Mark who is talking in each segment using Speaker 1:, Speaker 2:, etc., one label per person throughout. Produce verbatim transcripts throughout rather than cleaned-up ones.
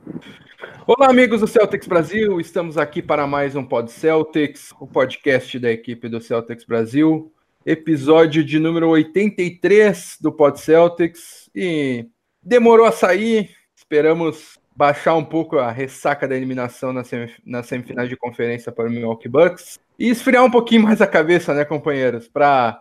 Speaker 1: Olá, amigos do Celtics Brasil, estamos aqui para mais um Pod Celtics, o podcast da equipe do Celtics Brasil, episódio de número oitenta e três do Pod Celtics, e demorou a sair, esperamos baixar um pouco a ressaca da eliminação na, semif- na semifinal de conferência para o Milwaukee Bucks, e esfriar um pouquinho mais a cabeça, né, companheiros, para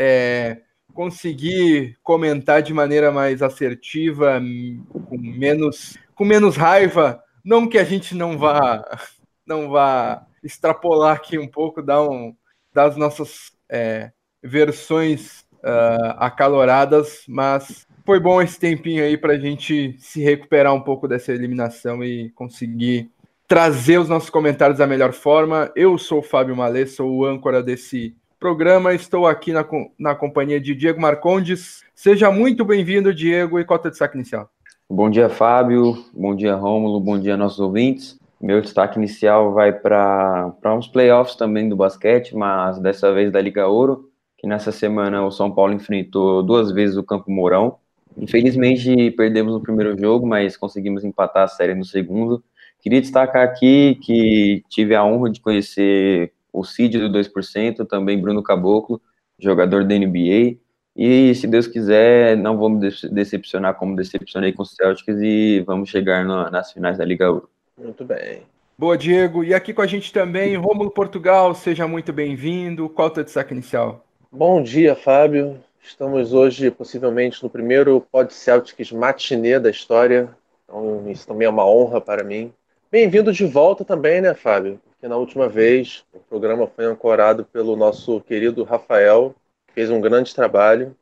Speaker 1: é, conseguir comentar de maneira mais assertiva, com menos, com menos raiva. Não que a gente não vá, não vá extrapolar aqui um pouco, dar um, das nossas é, versões uh, acaloradas, mas foi bom esse tempinho aí para a gente se recuperar um pouco dessa eliminação e conseguir trazer os nossos comentários da melhor forma. Eu sou o Fábio Malê, sou o âncora desse programa, estou aqui na, na companhia de Diego Marcondes. Seja muito bem-vindo, Diego, e qual é o teu destaque inicial?
Speaker 2: Bom dia, Fábio. Bom dia, Rômulo. Bom dia, nossos ouvintes. Meu destaque inicial vai para uns playoffs também do basquete, mas dessa vez da Liga Ouro, que nessa semana o São Paulo enfrentou duas vezes o Campo Mourão. Infelizmente, perdemos no primeiro jogo, mas conseguimos empatar a série no segundo. Queria destacar aqui que tive a honra de conhecer o Cid do dois por cento, também Bruno Caboclo, jogador da N B A. E, se Deus quiser, não vou me decepcionar como decepcionei com os Celtics e vamos chegar no, nas finais da Liga Ouro.
Speaker 3: Muito bem.
Speaker 1: Boa, Diego. E aqui com a gente também, Rômulo Portugal, seja muito bem-vindo. Qual é o teu destaque inicial?
Speaker 3: Bom dia, Fábio. Estamos hoje, possivelmente, no primeiro Pod Celtics matinê da história. Então, isso também é uma honra para mim. Bem-vindo de volta também, né, Fábio? Porque na última vez o programa foi ancorado pelo nosso querido Rafael, fez um grande trabalho.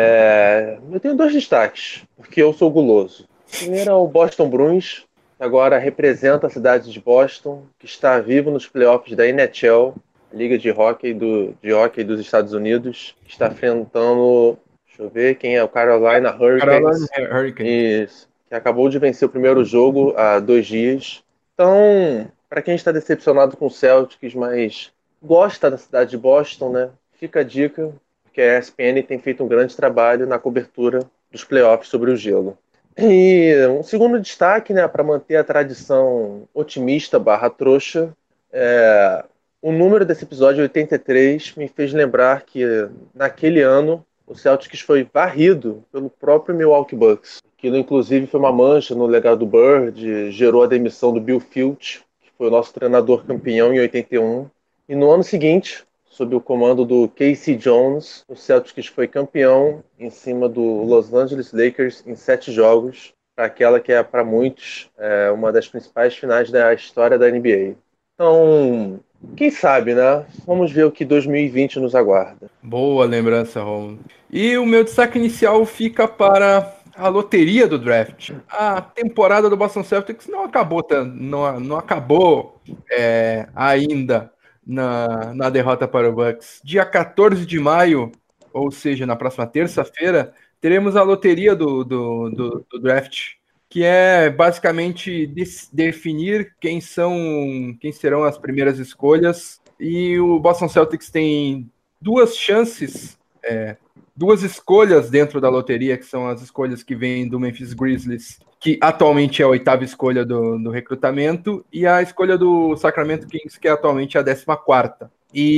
Speaker 3: É... Eu tenho dois destaques, porque eu sou guloso. O primeiro é o Boston Bruins, que agora representa a cidade de Boston, que está vivo nos playoffs da N H L, Liga de Hockey, do, de Hockey dos Estados Unidos, que está enfrentando, deixa eu ver quem é, o Carolina Hurricanes.
Speaker 1: Carolina Hurricanes.
Speaker 3: Isso, que acabou de vencer o primeiro jogo há dois dias. Então, para quem está decepcionado com o Celtics, mas gosta da cidade de Boston, né? Fica a dica, porque a E S P N tem feito um grande trabalho na cobertura dos playoffs sobre o gelo. E um segundo destaque, né, para manter a tradição otimista barra trouxa, é, o número desse episódio oitenta e três me fez lembrar que naquele ano o Celtics foi varrido pelo próprio Milwaukee Bucks. Aquilo, inclusive, foi uma mancha no legado do Bird, gerou a demissão do Bill Filch, que foi o nosso treinador campeão em oitenta e um. E no ano seguinte, sob o comando do Casey Jones, o Celtics foi campeão em cima do Los Angeles Lakers em sete jogos, para aquela que é, para muitos, é uma das principais finais da história da N B A. Então, quem sabe, né? Vamos ver o que dois mil e vinte nos aguarda.
Speaker 1: Boa lembrança, Romulo. E o meu destaque inicial fica para a loteria do draft. A temporada do Boston Celtics não acabou, não, não acabou é, ainda na, na derrota para o Bucks. Dia quatorze de maio, ou seja, na próxima terça-feira, teremos a loteria do, do, do, do draft, que é basicamente de, definir quem são, quem serão as primeiras escolhas. E o Boston Celtics tem duas chances, é, duas escolhas dentro da loteria, que são as escolhas que vêm do Memphis Grizzlies, que atualmente é a oitava escolha do, do recrutamento, e a escolha do Sacramento Kings, que é atualmente a décima quarta.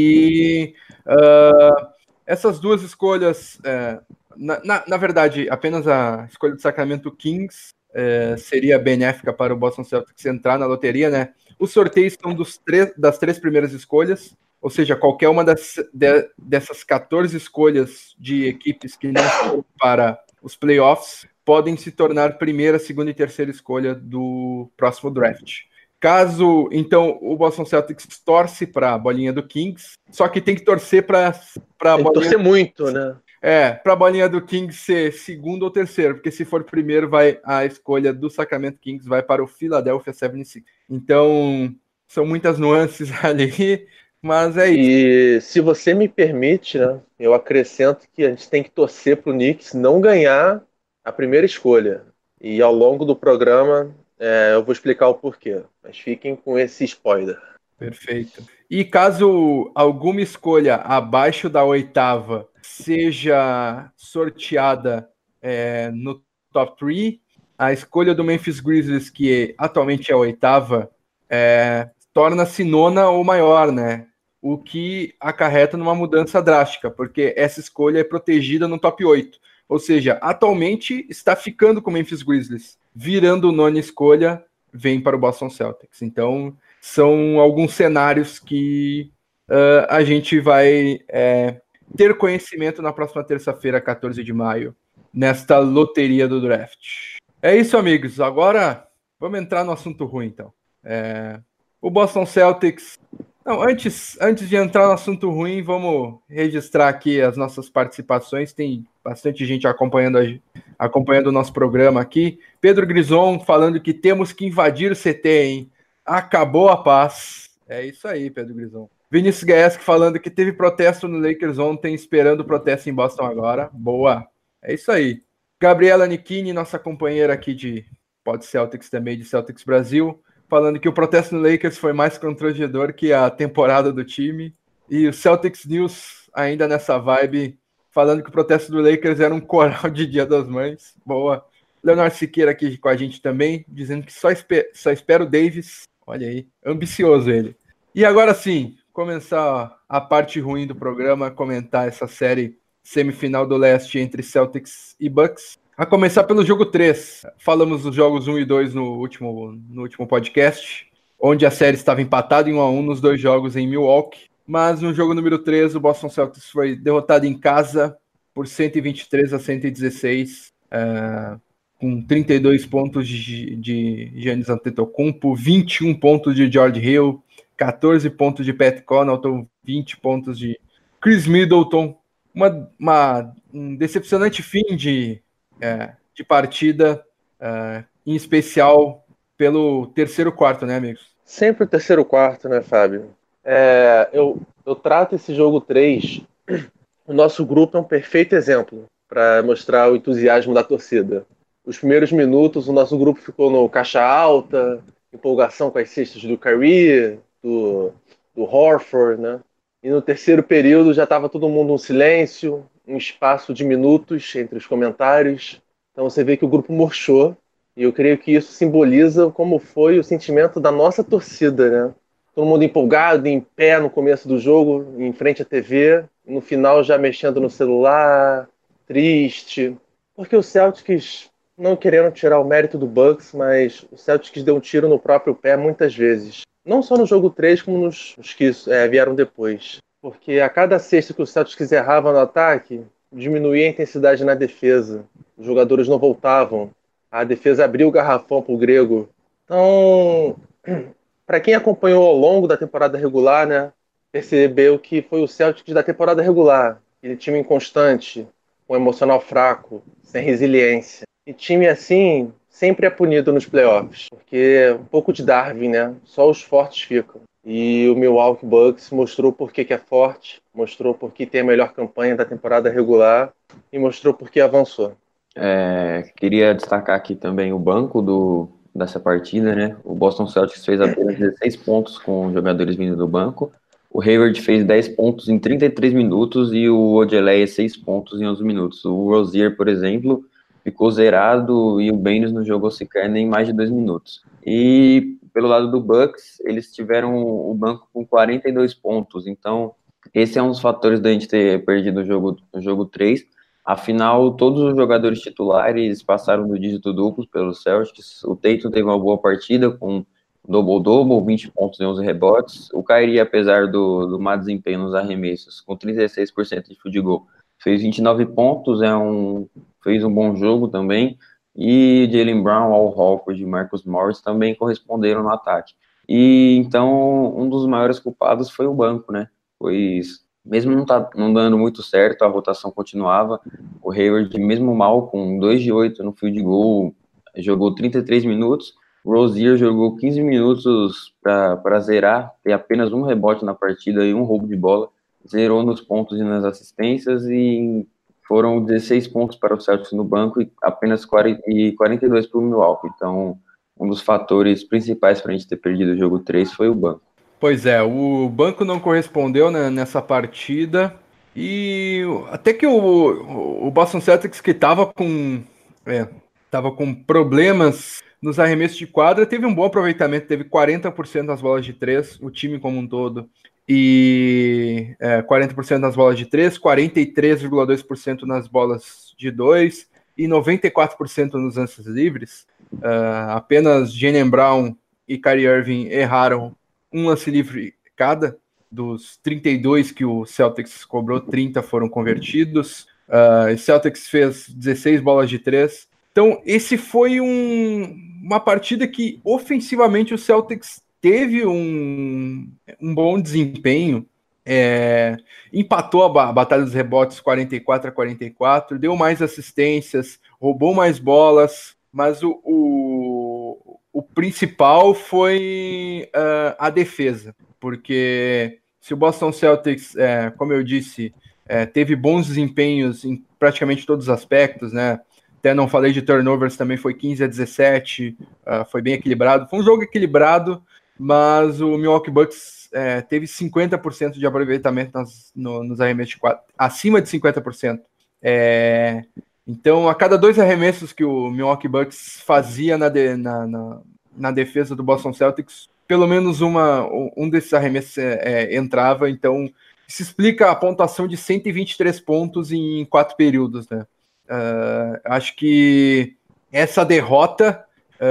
Speaker 1: E uh, essas duas escolhas, uh, na, na, na verdade, apenas a escolha do Sacramento Kings uh, seria benéfica para o Boston Celtics entrar na loteria, né? Os sorteios são dos três, das três primeiras escolhas, ou seja, qualquer uma das, de, dessas quatorze escolhas de equipes que não foram para os playoffs podem se tornar primeira, segunda e terceira escolha do próximo draft. Caso, então, o Boston Celtics torce para a bolinha do Kings, só que tem que torcer para a bolinha...
Speaker 3: torcer muito, né?
Speaker 1: É, para a bolinha do Kings ser segundo ou terceiro, porque se for primeiro, vai a escolha do Sacramento Kings vai para o Philadelphia setenta e seis. Então, são muitas nuances ali, mas é isso.
Speaker 3: E se você me permite, né, eu acrescento que a gente tem que torcer para o Knicks não ganhar a primeira escolha. E ao longo do programa é, eu vou explicar o porquê. Mas fiquem com esse spoiler.
Speaker 1: Perfeito. E caso alguma escolha abaixo da oitava seja sorteada é, no top três, a escolha do Memphis Grizzlies, que atualmente é a oitava, é, torna-se nona ou maior, né? O que acarreta numa mudança drástica, porque essa escolha é protegida no top oito. Ou seja, atualmente está ficando com o Memphis Grizzlies. Virando nona escolha, vem para o Boston Celtics. Então, são alguns cenários que uh, a gente vai é, ter conhecimento na próxima terça-feira, quatorze de maio, nesta loteria do draft. É isso, amigos. Agora, vamos entrar no assunto ruim, então. É, o Boston Celtics... Não, antes, antes de entrar no assunto ruim, vamos registrar aqui as nossas participações. Tem bastante gente acompanhando, a, acompanhando o nosso programa aqui. Pedro Grison falando que temos que invadir o C T, hein? Acabou a paz. É isso aí, Pedro Grison. Vinícius Gaeski falando que teve protesto no Lakers ontem, esperando o protesto em Boston agora. Boa. É isso aí. Gabriela Nichini, nossa companheira aqui de Pod Celtics também, de Celtics Brasil, falando que o protesto no Lakers foi mais constrangedor que a temporada do time. E o Celtics News, ainda nessa vibe, falando que o protesto do Lakers era um coral de Dia das Mães. Boa. Leonardo Siqueira aqui com a gente também, dizendo que só, esper só espera o Davis. Olha aí, ambicioso ele. E agora sim, começar a parte ruim do programa, comentar essa série semifinal do leste entre Celtics e Bucks. A começar pelo jogo três. Falamos dos jogos um e dois no último, no último podcast, onde a série estava empatada em um a um nos dois jogos em Milwaukee. Mas no jogo número três, o Boston Celtics foi derrotado em casa por cento e vinte e três a cento e dezesseis, uh, com trinta e dois pontos de, de Giannis Antetokounmpo, vinte e um pontos de George Hill, quatorze pontos de Pat Connaughton, vinte pontos de Chris Middleton. Uma, uma, um decepcionante fim de... É, de partida, é, em especial pelo terceiro quarto, né, amigos?
Speaker 3: Sempre o terceiro quarto, né, Fábio? É, eu, eu trato esse jogo três, o nosso grupo é um perfeito exemplo para mostrar o entusiasmo da torcida. Os primeiros minutos, o nosso grupo ficou no caixa alta, empolgação com as cestas do Curry, do, do Horford, né? E no terceiro período já estava todo mundo em silêncio, um espaço de minutos entre os comentários. Então você vê que o grupo murchou. E eu creio que isso simboliza como foi o sentimento da nossa torcida, né? Todo mundo empolgado, em pé no começo do jogo, em frente à T V. E no final já mexendo no celular, triste. Porque o Celtics, não querendo tirar o mérito do Bucks, mas o Celtics deu um tiro no próprio pé muitas vezes. Não só no jogo três, como nos, nos que é, vieram depois. Porque a cada cesta que o Celtics errava no ataque, diminuía a intensidade na defesa. Os jogadores não voltavam. A defesa abriu o garrafão para o grego. Então, para quem acompanhou ao longo da temporada regular, né, percebeu que foi o Celtics da temporada regular. Aquele time inconstante, com emocional fraco, sem resiliência. E time assim sempre é punido nos playoffs. Porque é um pouco de Darwin, né? Só os fortes ficam. E o Milwaukee Bucks mostrou por que é forte, mostrou por que tem a melhor campanha da temporada regular e mostrou por que avançou.
Speaker 2: É, queria destacar aqui também o banco do, dessa partida, né? O Boston Celtics fez apenas dezesseis pontos com jogadores vindo do banco. O Hayward fez dez pontos em trinta e três minutos e o Ojeleye seis pontos em onze minutos. O Rozier, por exemplo, ficou zerado e o Baines não jogou sequer nem mais de dois minutos. E pelo lado do Bucks, eles tiveram o banco com quarenta e dois pontos. Então, esse é um dos fatores da gente ter perdido o jogo, o jogo três. Afinal, todos os jogadores titulares passaram do dígito duplo pelos Celtics. O Tatum teve uma boa partida com double-double, vinte pontos e onze rebotes. O Kyrie, apesar do, do má desempenho nos arremessos, com trinta e seis por cento de field goal, fez vinte e nove pontos, é um, fez um bom jogo também. E Jaylen Brown, Al Horford e Marcus Morris também corresponderam no ataque. E então, um dos maiores culpados foi o banco, né? Pois, mesmo não, tá, não dando muito certo, a rotação continuava. O Hayward, mesmo mal, com dois de oito no field goal, jogou trinta e três minutos. O Rozier jogou quinze minutos para zerar, tem apenas um rebote na partida e um roubo de bola. Zerou nos pontos e nas assistências e foram dezesseis pontos para o Celtics no banco e apenas quarenta e dois para o Milwaukee. Então, um dos fatores principais para a gente ter perdido o jogo três foi o banco.
Speaker 1: Pois é, o banco não correspondeu, né, nessa partida. E até que o, o Boston Celtics, que estava com... É, estava com problemas nos arremessos de quadra, teve um bom aproveitamento, teve quarenta por cento nas bolas de três, o time como um todo, e é, quarenta por cento nas bolas de três, quarenta e três vírgula dois por cento nas bolas de dois e noventa e quatro por cento nos lances livres. Uh, apenas Jaylen Brown e Kyrie Irving erraram um lance livre cada. Dos trinta e dois que o Celtics cobrou, trinta foram convertidos. Uh, o Celtics fez dezesseis bolas de três. Então, esse foi um, uma partida que, ofensivamente, o Celtics teve um, um bom desempenho. É, empatou a, a batalha dos rebotes quarenta e quatro a quarenta e quatro, deu mais assistências, roubou mais bolas, mas o, o, o principal foi uh, a defesa, porque se o Boston Celtics, é, como eu disse, é, teve bons desempenhos em praticamente todos os aspectos, né? Até não falei de turnovers, também foi quinze a dezessete, uh, foi bem equilibrado. Foi um jogo equilibrado, mas o Milwaukee Bucks é, teve cinquenta por cento de aproveitamento nas, no, nos arremessos de quadra, acima de cinquenta por cento. É, então, a cada dois arremessos que o Milwaukee Bucks fazia na, de, na, na, na defesa do Boston Celtics, pelo menos uma, um desses arremessos é, é, entrava, então isso explica a pontuação de cento e vinte e três pontos em quatro períodos, né? Uh, acho que essa derrota,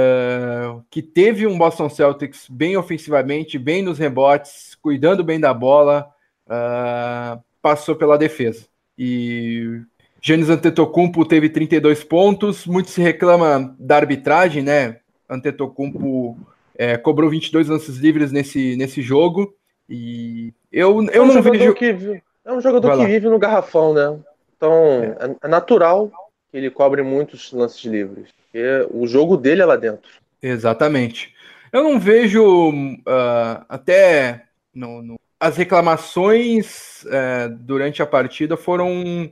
Speaker 1: uh, que teve um Boston Celtics bem ofensivamente, bem nos rebotes, cuidando bem da bola, uh, passou pela defesa. E Giannis Antetokounmpo teve trinta e dois pontos, muito se reclama da arbitragem, né? Antetokounmpo É, cobrou vinte e dois lances livres nesse, nesse jogo, e eu, eu
Speaker 3: é um
Speaker 1: não
Speaker 3: jogador
Speaker 1: vejo...
Speaker 3: Que, é um jogador que vive no garrafão, né? Então, é. é natural que ele cobre muitos lances livres, porque o jogo dele é lá dentro.
Speaker 1: Exatamente. Eu não vejo, uh, até no, no, as reclamações uh, durante a partida foram,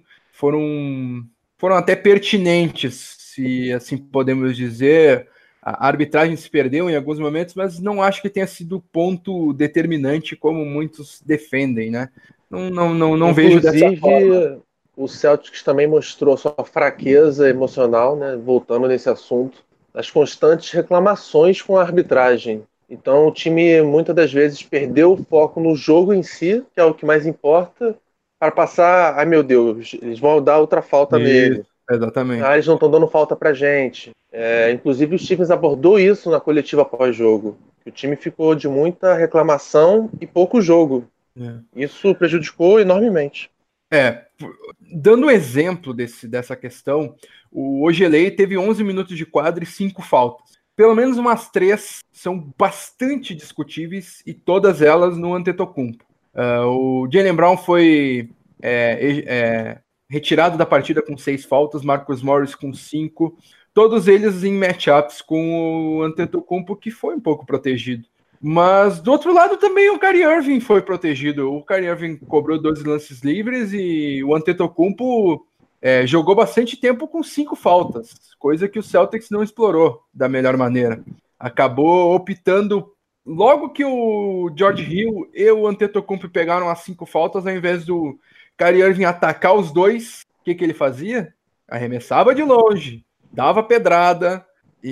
Speaker 1: foram, foram até pertinentes, se assim podemos dizer. A arbitragem se perdeu em alguns momentos, mas não acho que tenha sido ponto determinante como muitos defendem, né? Não, não, não, não vejo dessa forma.
Speaker 3: Inclusive, o Celtics também mostrou sua fraqueza emocional, né? Voltando nesse assunto, as constantes reclamações com a arbitragem. Então, o time muitas das vezes perdeu o foco no jogo em si, que é o que mais importa, para passar, ai meu Deus, eles vão dar outra falta
Speaker 1: Isso,
Speaker 3: nele.
Speaker 1: Exatamente.
Speaker 3: Ah, eles não estão dando falta pra gente. É, inclusive, o Stevens abordou isso na coletiva pós-jogo. O time ficou de muita reclamação e pouco jogo. É. Isso prejudicou enormemente.
Speaker 1: É, dando um exemplo desse, dessa questão, o Ojelei teve onze minutos de quadra e cinco faltas. Pelo menos umas três são bastante discutíveis e todas elas no Antetokounmpo. Uh, o Jaylen Brown foi é, é, retirado da partida com seis faltas, Marcus Morris com cinco, todos eles em matchups com o Antetokounmpo, que foi um pouco protegido. Mas do outro lado também o Kyrie Irving foi protegido. O Kyrie Irving cobrou dois lances livres e o Antetokounmpo é, jogou bastante tempo com cinco faltas, coisa que o Celtics não explorou da melhor maneira. Acabou optando, logo que o George Hill e o Antetokounmpo pegaram as cinco faltas, ao invés do Kyrie Irving atacar os dois, o que, que ele fazia? Arremessava de longe, dava pedrada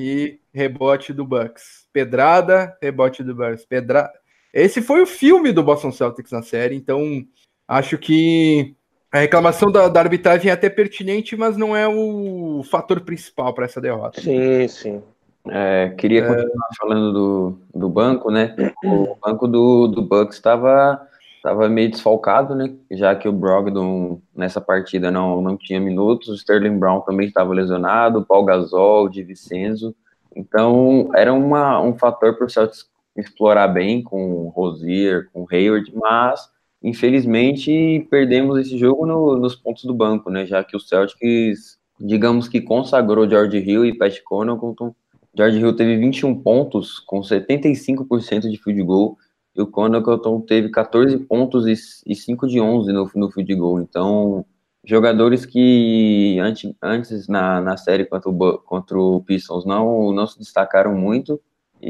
Speaker 1: e rebote do Bucks. Pedrada, rebote do Bucks. Pedra... Esse foi o filme do Boston Celtics na série, então acho que a reclamação da, da arbitragem é até pertinente, mas não é o fator principal para essa derrota.
Speaker 3: Sim, sim.
Speaker 2: É, queria é... continuar falando do, do banco, né? O banco do, do Bucks estava tava meio desfalcado, né? Já que o Brogdon nessa partida não, não tinha minutos, o Sterling Brown também estava lesionado, o Paul Gasol, o DiVincenzo. Então, era uma, um fator para o Celtics explorar bem com o Rozier, com o Hayward, mas, infelizmente, perdemos esse jogo no, nos pontos do banco, né? Já que o Celtics, digamos que consagrou George Hill e Pat Connaughton. George Hill teve vinte e um pontos, com setenta e cinco por cento de field goal, e o Connaughton teve catorze pontos e cinco de onze no, no field goal. Então, jogadores que antes, antes na, na série contra o, contra o Pistons não, não se destacaram muito,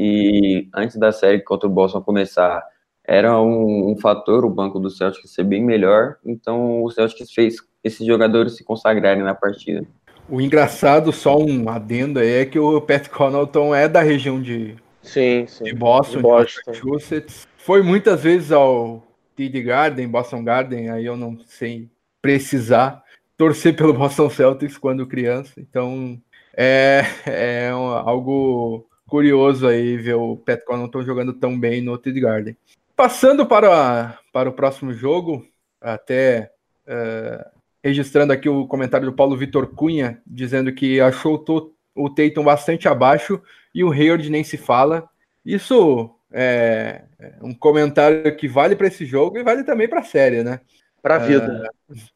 Speaker 2: e antes da série contra o Boston começar, era um, um fator o banco do Celtics ser bem melhor, então o Celtics fez esses jogadores se consagrarem na partida.
Speaker 1: O engraçado, só um adendo aí, é que o Pat Connaughton é da região de,
Speaker 3: Sim, sim.
Speaker 1: de Boston,
Speaker 3: De
Speaker 1: de
Speaker 3: Boston.
Speaker 1: Massachusetts. Foi muitas vezes ao T D Garden, Boston Garden, aí eu não sei precisar torcer pelo Boston Celtics quando criança. Então é, é um- algo curioso aí ver o Pat Connaughton jogando tão bem no T D Garden. Passando para, para o próximo jogo, até eh, registrando aqui o comentário do Paulo Vitor Cunha, dizendo que achou o, To- o Tatum bastante abaixo e o Hayward nem se fala. Isso é um comentário que vale para esse jogo e vale também para a série, né?
Speaker 3: Para a vida.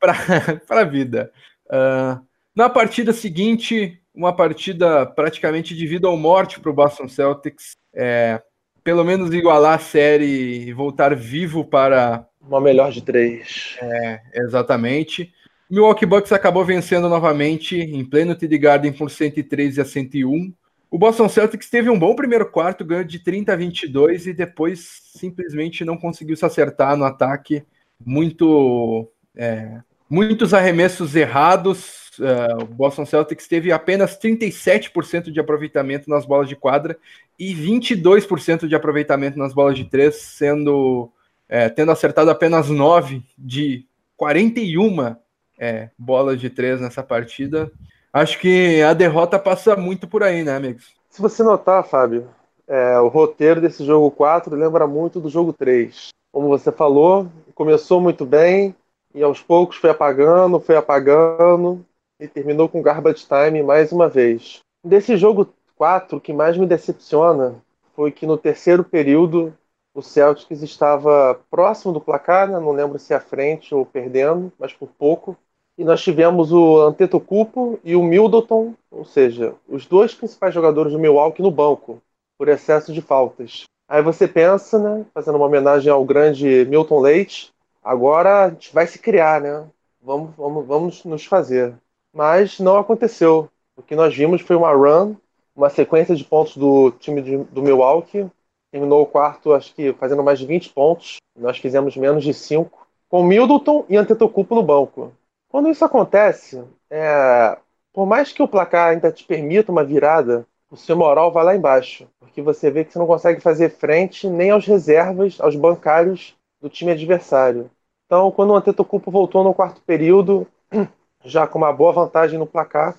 Speaker 1: Para a vida. Uh, na partida seguinte, uma partida praticamente de vida ou morte para o Boston Celtics. É, pelo menos igualar a série e voltar vivo para.
Speaker 3: Uma melhor de três.
Speaker 1: É, exatamente. Milwaukee Bucks acabou vencendo novamente em pleno T D Garden por cento e treze a cento e um. O Boston Celtics teve um bom primeiro quarto, ganhou de trinta a vinte e dois e depois simplesmente não conseguiu se acertar no ataque. Muito, é, muitos arremessos errados. Uh, o Boston Celtics teve apenas trinta e sete por cento de aproveitamento nas bolas de quadra e vinte e dois por cento de aproveitamento nas bolas de três, sendo é, tendo acertado apenas nove de quarenta e uma é, bolas de três nessa partida. Acho que a derrota passa muito por aí, né, amigos?
Speaker 3: Se você notar, Fábio, é, o roteiro desse jogo quatro lembra muito do jogo três. Como você falou, começou muito bem e aos poucos foi apagando, foi apagando e terminou com garbage time mais uma vez. Desse jogo quatro, o que mais me decepciona foi que no terceiro período o Celtics estava próximo do placar, né? Não lembro se à frente ou perdendo, mas por pouco. E nós tivemos o Antetokounmpo e o Middleton, ou seja, os dois principais jogadores do Milwaukee no banco, por excesso de faltas. Aí você pensa, né, fazendo uma homenagem ao grande Milton Leite, agora a gente vai se criar, né? Vamos, vamos, vamos nos fazer. Mas não aconteceu. O que nós vimos foi uma run, uma sequência de pontos do time de, do Milwaukee. Terminou o quarto, acho que fazendo mais de vinte pontos. Nós fizemos menos de cinco. Com Middleton e Antetokounmpo no banco. Quando isso acontece, é, por mais que o placar ainda te permita uma virada, o seu moral vai lá embaixo. Porque você vê que você não consegue fazer frente nem aos reservas, aos bancários do time adversário. Então, quando o Antetokounmpo voltou no quarto período, já com uma boa vantagem no placar,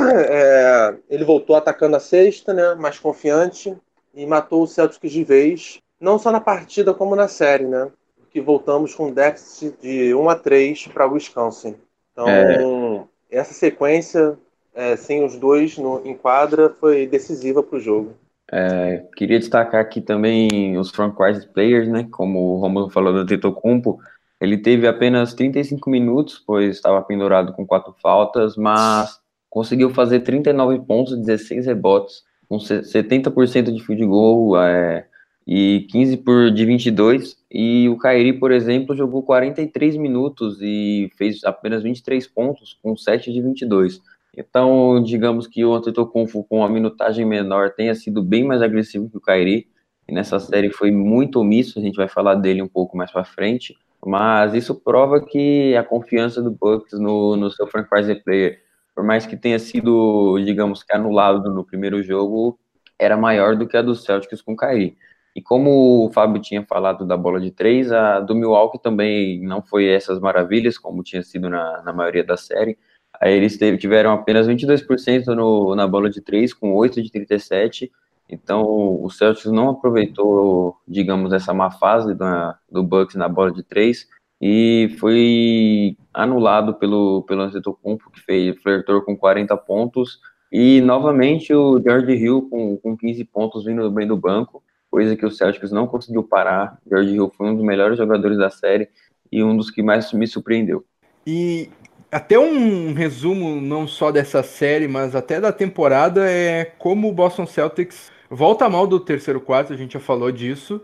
Speaker 3: é, ele voltou atacando a sexta, né, mais confiante, e matou o Celtics de vez, não só na partida como na série, né? Porque voltamos com um déficit de um a três para o Wisconsin. Então, é... essa sequência, é, sem os dois no, em quadra, foi decisiva para o jogo.
Speaker 2: É, queria destacar aqui também os front-court players, né? Como o Romulo falou do Antetokounmpo, ele teve apenas trinta e cinco minutos, pois estava pendurado com quatro faltas, mas conseguiu fazer trinta e nove pontos, dezesseis rebotes, com setenta por cento de field goal é, e quinze por, de vinte e dois. E o Kyrie, por exemplo, jogou quarenta e três minutos e fez apenas vinte e três pontos, com sete de vinte e dois. Então, digamos que o Antetokounmpo, com a minutagem menor, tenha sido bem mais agressivo que o Kyrie, e nessa série foi muito omisso, a gente vai falar dele um pouco mais para frente, mas isso prova que a confiança do Bucks no, no seu franchise player, por mais que tenha sido, digamos que anulado no primeiro jogo, era maior do que a do Celtics com o Kyrie. E como o Fábio tinha falado da bola de três, a do Milwaukee também não foi essas maravilhas, como tinha sido na, na maioria da série. Aí eles tiveram apenas vinte e dois por cento no, na bola de três, com oito de trinta e sete. Então, o Celtics não aproveitou, digamos, essa má fase da, do Bucks na bola de três e foi anulado pelo, pelo Antetokounmpo, que fez, flertou com quarenta pontos. E, novamente, o George Hill com, com quinze pontos vindo bem do banco, coisa que o Celtics não conseguiu parar. George Hill foi um dos melhores jogadores da série e um dos que mais me surpreendeu.
Speaker 1: E até um resumo não só dessa série, mas até da temporada é como o Boston Celtics volta mal do terceiro quarto, a gente já falou disso,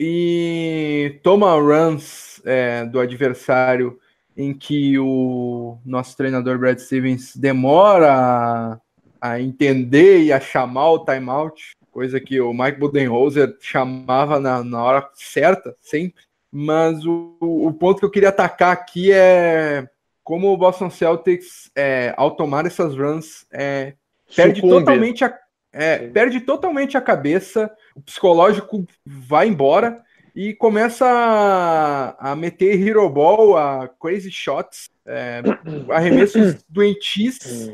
Speaker 1: e toma runs é, do adversário em que o nosso treinador Brad Stevens demora a, a entender e a chamar o timeout, coisa que o Mike Budenholzer chamava na, na hora certa, sempre. Mas o, o ponto que eu queria atacar aqui é como o Boston Celtics, é, ao tomar essas runs, é, perde, totalmente a, é, perde totalmente a cabeça, o psicológico vai embora e começa a, a meter hero ball, a crazy shots, é, arremessos doentis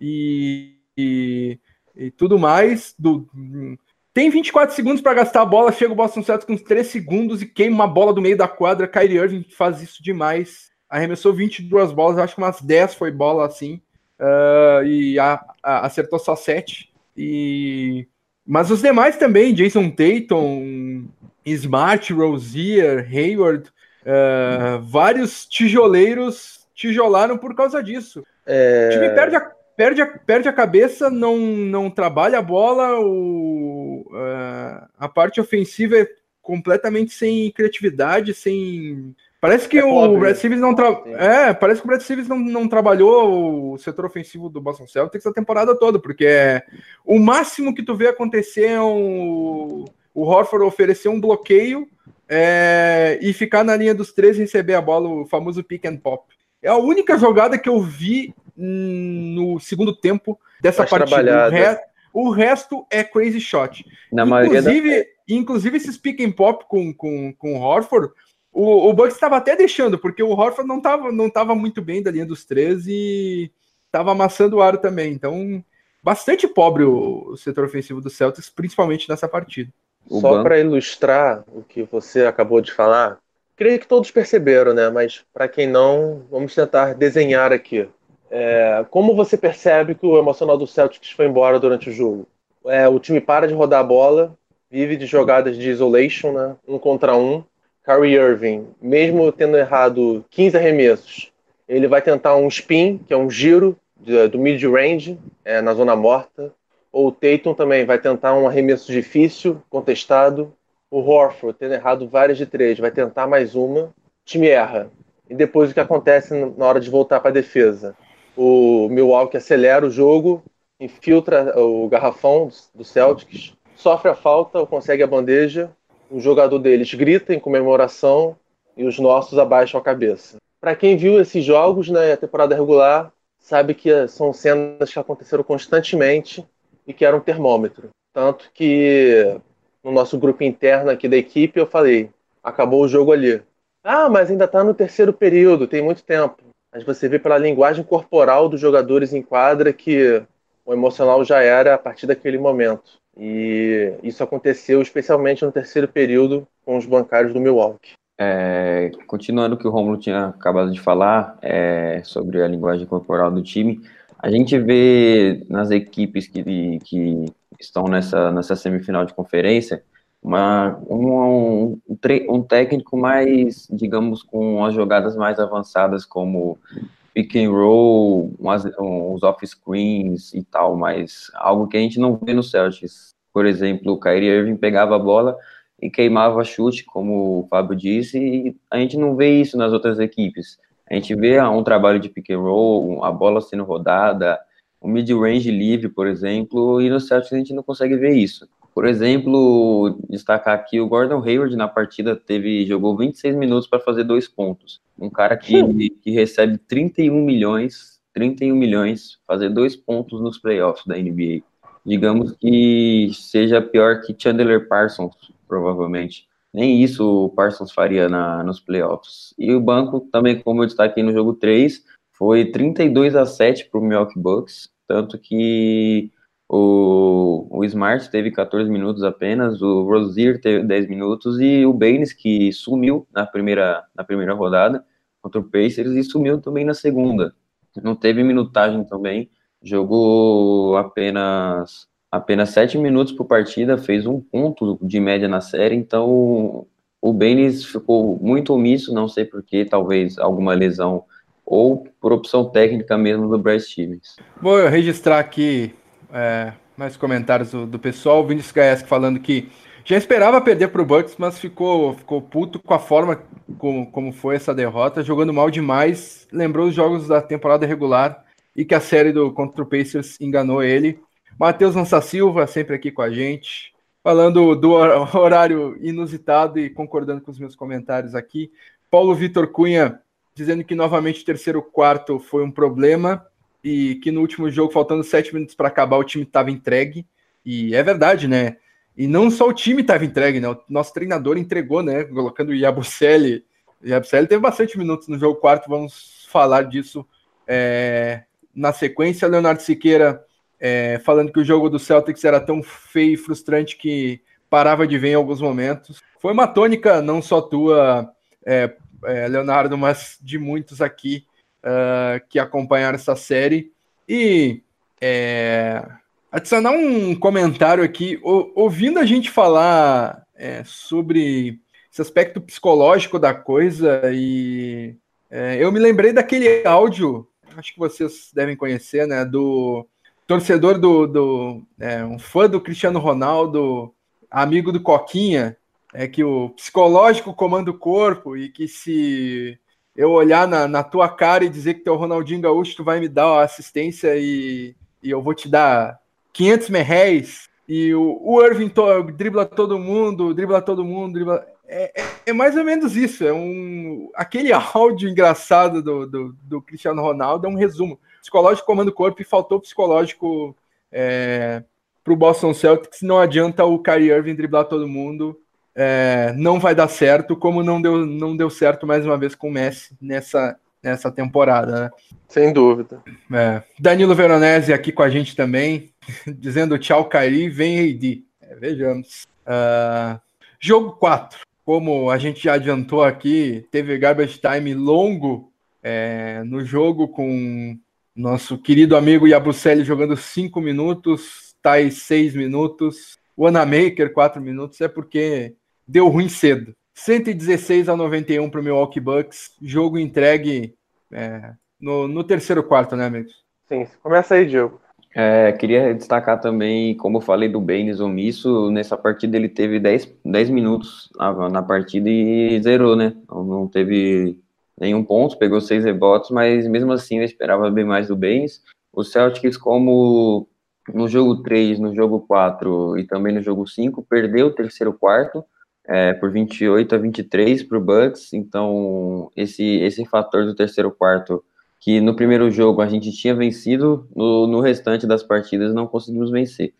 Speaker 1: e, e, e tudo mais. Do, tem vinte e quatro segundos para gastar a bola, chega o Boston Celtics com três segundos e queima uma bola do meio da quadra. Kyrie Irving faz isso demais. Arremessou vinte e duas bolas, acho que umas dez foi bola assim, uh, e a, a, acertou só sete. E... Mas os demais também, Jason Tatum, Smart, Rozier, Hayward, uh, vários tijoleiros tijolaram por causa disso. É... O time perde a, perde a, perde a cabeça, não, não trabalha a bola, o, uh, a parte ofensiva é completamente sem criatividade, sem... Parece que é o Brad Stevens não tra... é, parece que o Brad Stevens não, não trabalhou o setor ofensivo do Boston Celtics a temporada toda, porque é o máximo que tu vê acontecer é um... o Horford oferecer um bloqueio é... e ficar na linha dos três e receber a bola, o famoso pick and pop. É a única jogada que eu vi no segundo tempo dessa Mais partida. O, re... o resto é crazy shot.
Speaker 2: Na
Speaker 1: inclusive,
Speaker 2: da...
Speaker 1: inclusive esses pick and pop com, com, com o Horford, O, o Bucks estava até deixando, porque o Horford não estava não tava muito bem da linha dos três e estava amassando o aro também. Então, bastante pobre o, o setor ofensivo do Celtics, principalmente nessa partida.
Speaker 3: Só para ilustrar o que você acabou de falar, creio que todos perceberam, né? Mas para quem não, vamos tentar desenhar aqui. É, como você percebe que o emocional do Celtics foi embora durante o jogo? É, o time para de rodar a bola, vive de jogadas de isolation, né? Um contra um. Kyrie Irving, mesmo tendo errado quinze arremessos, ele vai tentar um spin, que é um giro de, do mid-range, é, na zona morta. Ou o Tatum também vai tentar um arremesso difícil, contestado. O Horford, tendo errado várias de três, vai tentar mais uma. O time erra. E depois o que acontece na hora de voltar para a defesa? O Milwaukee acelera o jogo, infiltra o garrafão do Celtics, sofre a falta, consegue a bandeja. O jogador deles grita em comemoração e os nossos abaixam a cabeça. Para quem viu esses jogos, né, a temporada regular, sabe que são cenas que aconteceram constantemente e que eram um termômetro. Tanto que no nosso grupo interno aqui da equipe eu falei, acabou o jogo ali. Ah, mas ainda está no terceiro período, tem muito tempo. Mas você vê pela linguagem corporal dos jogadores em quadra que o emocional já era a partir daquele momento. E isso aconteceu especialmente no terceiro período com os bancários do Milwaukee.
Speaker 2: É, continuando o que o Rômulo tinha acabado de falar é, sobre a linguagem corporal do time, a gente vê nas equipes que, que estão nessa, nessa semifinal de conferência uma, um, um, um técnico mais, digamos, com as jogadas mais avançadas como pick and roll, umas, uns off-screens e tal, mas algo que a gente não vê no Celtics. Por exemplo, o Kyrie Irving pegava a bola e queimava chute, como o Fábio disse, e a gente não vê isso nas outras equipes. A gente vê um trabalho de pick and roll, a bola sendo rodada, o mid-range livre, por exemplo, e no Celtics a gente não consegue ver isso. Por exemplo, destacar aqui o Gordon Hayward na partida teve, jogou vinte e seis minutos para fazer dois pontos. Um cara que, que recebe trinta e um milhões, trinta e um milhões, fazer dois pontos nos playoffs da N B A. Digamos que seja pior que Chandler Parsons, provavelmente. Nem isso o Parsons faria na, nos playoffs. E o banco também, como eu destaquei no jogo três, foi trinta e dois a sete para o Milwaukee Bucks, tanto que o, o Smart teve quatorze minutos apenas, o Rozier teve dez minutos e o Baines, que sumiu na primeira, na primeira rodada contra o Pacers e sumiu também na segunda. Não teve minutagem também, jogou apenas, apenas sete minutos por partida, fez um ponto de média na série, então o Baines ficou muito omisso, não sei porquê, talvez alguma lesão ou por opção técnica mesmo do Brad Stevens.
Speaker 1: Vou registrar aqui é, mais comentários do, do pessoal. O Vinícius Gaeski falando que já esperava perder para o Bucks, mas ficou, ficou puto com a forma como, como foi essa derrota, jogando mal demais, lembrou os jogos da temporada regular e que a série do contra o Pacers enganou ele. Matheus Lança Silva, sempre aqui com a gente, falando do horário inusitado e concordando com os meus comentários aqui. Paulo Vitor Cunha dizendo que novamente o terceiro quarto foi um problema e que no último jogo, faltando sete minutos para acabar, o time estava entregue. E é verdade, né? E não só o time estava entregue, né? O nosso treinador entregou, né? Colocando o Yabusele. O Yabusele teve bastante minutos no jogo quarto, vamos falar disso é, na sequência. Leonardo Siqueira é, falando que o jogo do Celtics era tão feio e frustrante que parava de ver em alguns momentos. Foi uma tônica não só tua, é, é, Leonardo, mas de muitos aqui uh, que acompanharam essa série. E é, adicionar um comentário aqui, o, ouvindo a gente falar é, sobre esse aspecto psicológico da coisa, e é, eu me lembrei daquele áudio, acho que vocês devem conhecer, né, do torcedor do, do é, um fã do Cristiano Ronaldo, amigo do Coquinha, é que o psicológico comanda o corpo e que se eu olhar na, na tua cara e dizer que teu Ronaldinho Gaúcho, tu vai me dar a assistência e, e eu vou te dar quinhentos merréis, e o, o Irving to, dribla todo mundo, dribla todo mundo, dribla... É, é, é mais ou menos isso, é um... aquele áudio engraçado do, do, do Cristiano Ronaldo é um resumo. Psicológico comanda o corpo e faltou psicológico é, pro Boston Celtics. Não adianta o Kyrie Irving driblar todo mundo, é, não vai dar certo, como não deu, não deu certo mais uma vez com o Messi nessa, nessa temporada, né?
Speaker 3: Sem dúvida.
Speaker 1: É. Danilo Veronese aqui com a gente também, dizendo tchau, Kyrie, vem A D. É, vejamos. Uh, jogo quatro. Como a gente já adiantou aqui, teve garbage time longo é, no jogo, com nosso querido amigo Yabusele jogando cinco minutos, Thais seis minutos, o Wanamaker quatro minutos, é porque deu ruim cedo. cento e dezesseis a noventa e um para o Milwaukee Bucks, jogo entregue é, no, no terceiro quarto, né, amigos?
Speaker 3: Sim, começa aí, Diego.
Speaker 2: É, queria destacar também, como eu falei do Baines omisso, nessa partida ele teve dez, dez minutos na, na partida e zerou, né? Não, não teve nenhum ponto, pegou seis rebotes, mas mesmo assim eu esperava bem mais do Baines. O Celtics, como no jogo três, no jogo quatro e também no jogo cinco, perdeu o terceiro quarto é, por vinte e oito a vinte e três para o Bucks, então esse, esse fator do terceiro quarto, que no primeiro jogo a gente tinha vencido, no, no restante das partidas não conseguimos vencer.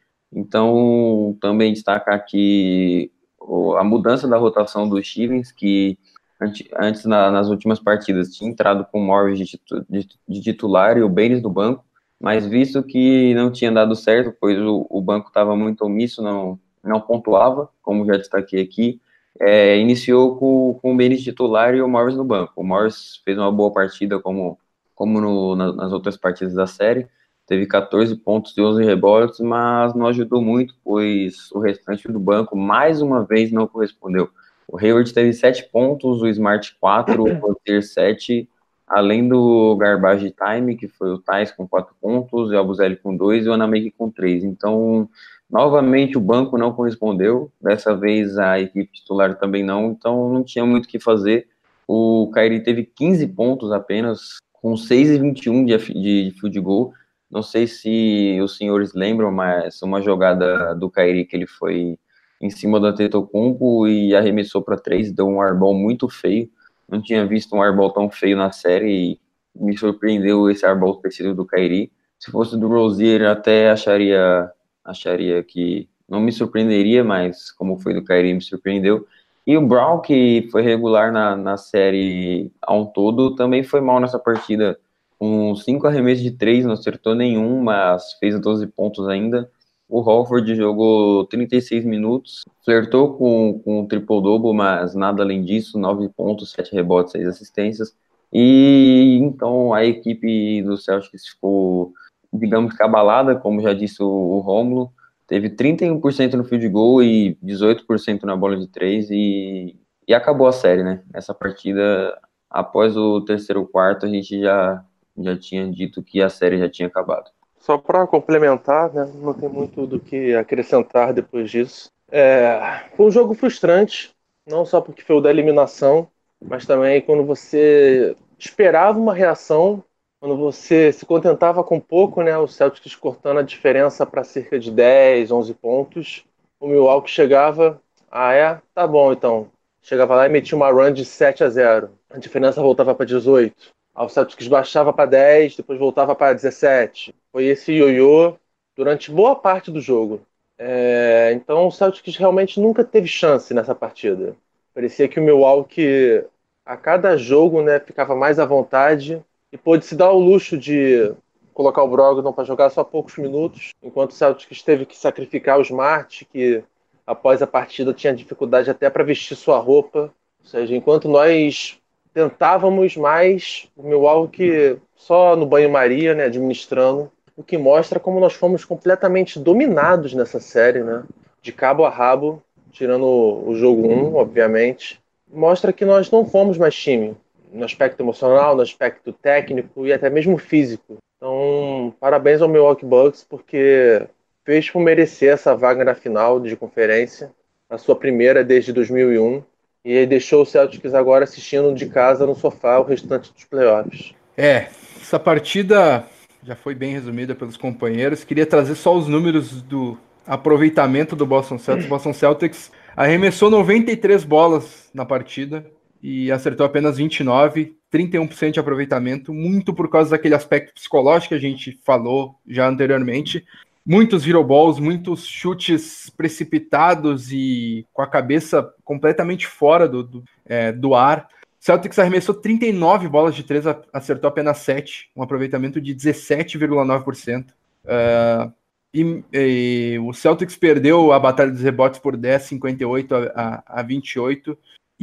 Speaker 2: Então, também destacar aqui a mudança da rotação do Stevens, que antes, na, nas últimas partidas, tinha entrado com o Morris de, titu, de, de titular e o Baines no banco, mas visto que não tinha dado certo, pois o, o banco estava muito omisso, não, não pontuava, como já destaquei aqui, é, iniciou com, com o Baines titular e o Morris no banco. O Morris fez uma boa partida, como como no, nas outras partidas da série, teve quatorze pontos e onze rebotes, mas não ajudou muito, pois o restante do banco, mais uma vez, não correspondeu. O Hayward teve sete pontos, o Smart quatro, o Rozier sete, além do garbage time, que foi o Thais com quatro pontos, o Yabusele com dois e o Wanamaker com três. Então, novamente, o banco não correspondeu, dessa vez a equipe titular também não, então não tinha muito o que fazer. O Kyrie teve quinze pontos apenas, com seis e vinte e um de, de, de field goal. Não sei se os senhores lembram, mas uma jogada do Kyrie que ele foi em cima do Antetokounmpo e arremessou para três, deu um airball muito feio. Não tinha visto um airball tão feio na série e me surpreendeu esse airball ter sido do Kyrie. Se fosse do Rozier, até acharia, acharia que não me surpreenderia, mas como foi do Kyrie, me surpreendeu. E o Brown, que foi regular na, na série a um todo, também foi mal nessa partida, com cinco arremessos de três, não acertou nenhum, mas fez doze pontos ainda. O Horford jogou trinta e seis minutos, flertou com, com o triple-double, mas nada além disso, nove pontos, sete rebotes, seis assistências. E então a equipe do Celtics ficou, digamos, cabalada, como já disse o, o Rômulo. Teve trinta e um por cento no field goal e dezoito por cento na bola de três e, e acabou a série, né? Essa partida, após o terceiro quarto, a gente já, já tinha dito que a série já tinha acabado.
Speaker 3: Só para complementar, né? Não tem muito do que acrescentar depois disso. É, foi um jogo frustrante, não só porque foi o da eliminação, mas também quando você esperava uma reação, quando você se contentava com pouco, né, o Celtics cortando a diferença para cerca de dez, onze pontos, o Milwaukee chegava, ah é? Tá bom então, chegava lá e metia uma run de sete a zero. A diferença voltava para dezoito. Aí o Celtics baixava para dez, depois voltava para dezessete. Foi esse ioiô durante boa parte do jogo. É, então o Celtics realmente nunca teve chance nessa partida. Parecia que o Milwaukee, a cada jogo, né, ficava mais à vontade e pôde se dar o luxo de colocar o Brogdon para jogar só poucos minutos, enquanto o Celtics teve que sacrificar o Smart, que após a partida tinha dificuldade até para vestir sua roupa. Ou seja, enquanto nós tentávamos mais, o Milwaukee só no banho-maria, né, administrando, o que mostra como nós fomos completamente dominados nessa série, né, de cabo a rabo, tirando o jogo um, obviamente. Mostra que nós não fomos mais time, no aspecto emocional, no aspecto técnico e até mesmo físico. Então, parabéns ao Milwaukee Bucks, porque fez por merecer essa vaga na final de conferência, a sua primeira desde dois mil e um, e aí deixou o Celtics agora assistindo de casa no sofá o restante dos playoffs.
Speaker 1: É, essa partida já foi bem resumida pelos companheiros. Queria trazer só os números do aproveitamento do Boston Celtics. O Boston Celtics arremessou noventa e três bolas na partida e acertou apenas vinte e nove, trinta e um por cento de aproveitamento, muito por causa daquele aspecto psicológico que a gente falou já anteriormente. Muitos zero balls, muitos chutes precipitados e com a cabeça completamente fora do, do, é, do ar. Celtics arremessou trinta e nove bolas de três, acertou apenas sete, um aproveitamento de dezessete vírgula nove por cento. Uh, e, e o Celtics perdeu a batalha dos rebotes por dez, cinquenta e oito a, a vinte e oito.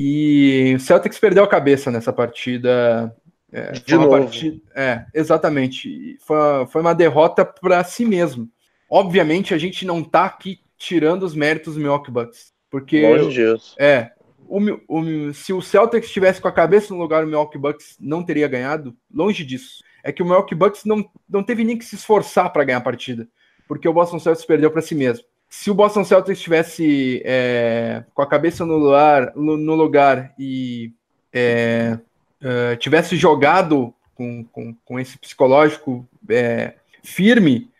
Speaker 1: E o Celtics perdeu a cabeça nessa partida. É,
Speaker 3: de
Speaker 1: foi uma
Speaker 3: novo.
Speaker 1: Partida, é, exatamente. Foi, foi uma derrota para si mesmo. Obviamente, a gente não tá aqui tirando os méritos do Milwaukee Bucks. Porque,
Speaker 3: Longe disso.
Speaker 1: É, o, o, se o Celtics estivesse com a cabeça no lugar, o Milwaukee Bucks não teria ganhado. Longe disso. É que o Milwaukee Bucks não, não teve nem que se esforçar para ganhar a partida. Porque o Boston Celtics perdeu para si mesmo. Se o Boston Celtics estivesse é, com a cabeça no lugar, no, no lugar e é, é, tivesse jogado com, com, com esse psicológico é, firme,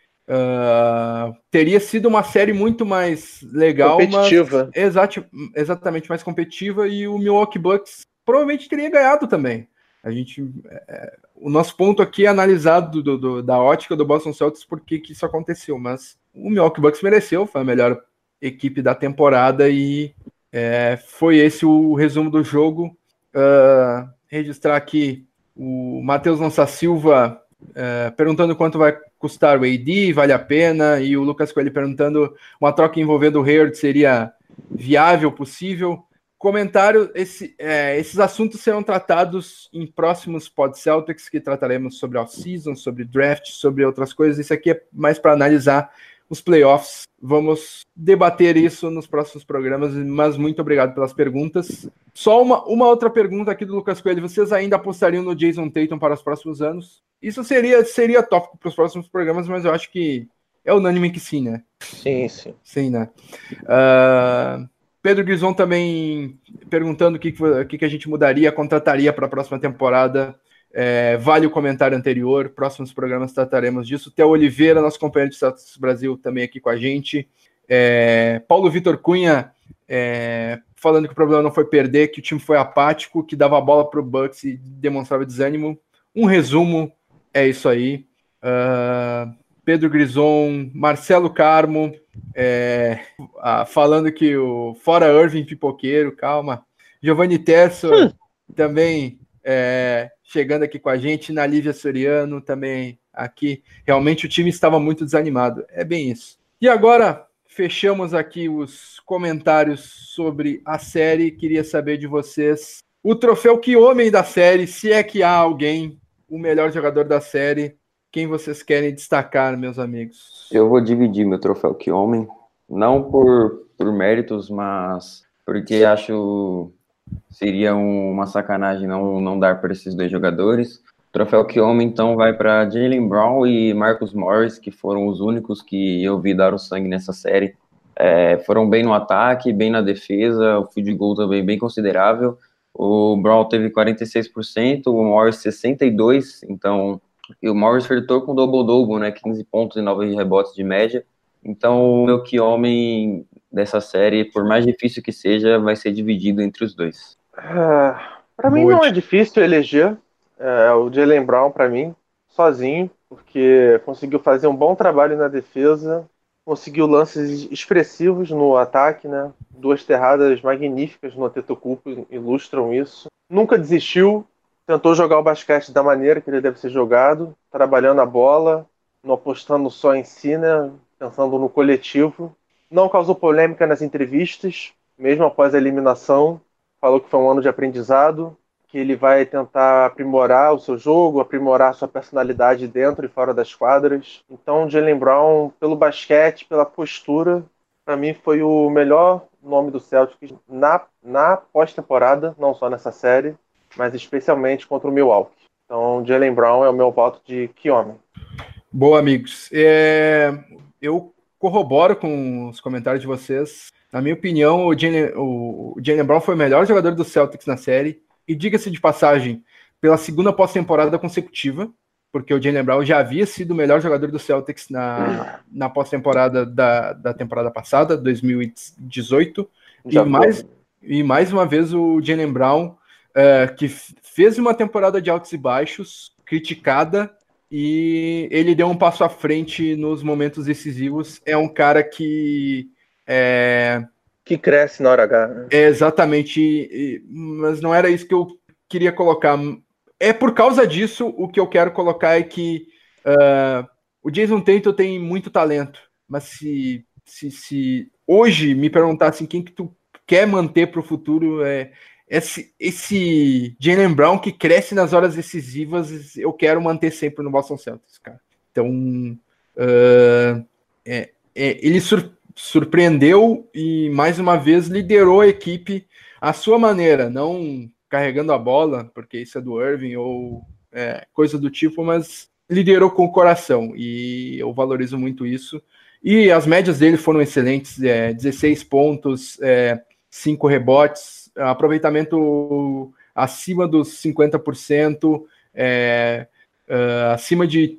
Speaker 1: Uh, teria sido uma série muito mais legal,
Speaker 3: competitiva.
Speaker 1: Mas exati- exatamente mais competitiva, e o Milwaukee Bucks provavelmente teria ganhado também. A gente, é, o nosso ponto aqui é analisar do, do, do, da ótica do Boston Celtics por que isso aconteceu, mas o Milwaukee Bucks mereceu, foi a melhor equipe da temporada e é, foi esse o resumo do jogo. Uh, registrar aqui o Matheus Lança Silva Uh, perguntando quanto vai custar o A D, vale a pena, e o Lucas Coelho perguntando uma troca envolvendo o Hayward seria viável, possível. Comentário, esse, é, esses assuntos serão tratados em próximos Pod Celtics, que trataremos sobre off-season, sobre draft, sobre outras coisas. Isso aqui é mais para analisar os playoffs. Vamos debater isso nos próximos programas, mas muito obrigado pelas perguntas. Só uma, uma outra pergunta aqui do Lucas Coelho. Vocês ainda apostariam no Jason Tatum para os próximos anos? Isso seria, seria tópico para os próximos programas, mas eu acho que é unânime que sim, né?
Speaker 3: Sim, sim.
Speaker 1: Sim, né? Uh, Pedro Grison também perguntando o que, que, que a gente mudaria, contrataria para a próxima temporada. É, vale o comentário anterior, próximos programas trataremos disso. Theo Oliveira, nosso companheiro de Celtics Brasil, também aqui com a gente. É, Paulo Vitor Cunha é, falando que o problema não foi perder, que o time foi apático, que dava a bola para o Bucks e demonstrava desânimo. Um resumo, é isso aí. Uh, Pedro Grison, Marcelo Carmo, é, ah, falando que o fora Irving pipoqueiro, calma. Giovanni Terço hum. também é, chegando aqui com a gente, na Lívia Soriano também aqui. Realmente o time estava muito desanimado, é bem isso. E agora fechamos aqui os comentários sobre a série. Queria saber de vocês o troféu que homem da série, se é que há alguém, o melhor jogador da série, quem vocês querem destacar, meus amigos?
Speaker 2: Eu vou dividir meu troféu que homem, não por, por méritos, mas porque acho seria uma sacanagem não, não dar para esses dois jogadores. O troféu que homem, então, vai para Jaylen Brown e Marcus Morris, que foram os únicos que eu vi dar o sangue nessa série. É, foram bem no ataque, bem na defesa, o field goal também bem considerável. O Brown teve quarenta e seis por cento, o Morris sessenta e dois por cento, então, e o Morris flertou com double-double, né, quinze pontos e nove rebotes de média. Então, o meu que homem dessa série, por mais difícil que seja, vai ser dividido entre os dois.
Speaker 3: É, para mim não é difícil eleger é, o Jaylen Brown para mim, sozinho, porque conseguiu fazer um bom trabalho na defesa, conseguiu lances expressivos no ataque, né? Duas terradas magníficas no Antetokounmpo ilustram isso. Nunca desistiu, tentou jogar o basquete da maneira que ele deve ser jogado, trabalhando a bola, não apostando só em si, né? Pensando no coletivo. Não causou polêmica nas entrevistas, mesmo após a eliminação. Falou que foi um ano de aprendizado, que ele vai tentar aprimorar o seu jogo, aprimorar a sua personalidade dentro e fora das quadras. Então, o Jaylen Brown, pelo basquete, pela postura, para mim foi o melhor nome do Celtics na, na pós-temporada, não só nessa série, mas especialmente contra o Milwaukee. Então, Jaylen Brown é o meu voto de que homem.
Speaker 1: Boa, amigos. É... Eu corroboro com os comentários de vocês. Na minha opinião, o Jaylen, o Jaylen Brown foi o melhor jogador do Celtics na série. E diga-se de passagem, pela segunda pós-temporada consecutiva, porque o Jaylen Brown já havia sido o melhor jogador do Celtics na, na pós-temporada da, da temporada passada, dois mil e dezoito. E mais, e mais uma vez o Jaylen Brown, é, que fez uma temporada de altos e baixos, criticada, e ele deu um passo à frente nos momentos decisivos. É um cara que... É,
Speaker 3: que cresce na hora H. Né?
Speaker 1: É exatamente, mas não era isso que eu queria colocar. É por causa disso, o que eu quero colocar é que uh, o Jason Tatum tem muito talento, mas se, se, se hoje me perguntassem quem que tu quer manter para o futuro, é esse, esse Jaylen Brown que cresce nas horas decisivas, eu quero manter sempre no Boston Celtics, cara. Então, uh, é, é, ele sur surpreendeu e, mais uma vez, liderou a equipe à sua maneira, não carregando a bola, porque isso é do Irving ou é, coisa do tipo, mas liderou com o coração, e eu valorizo muito isso. E as médias dele foram excelentes, é, dezesseis pontos, é, cinco rebotes, aproveitamento acima dos cinquenta por cento, é, é, acima de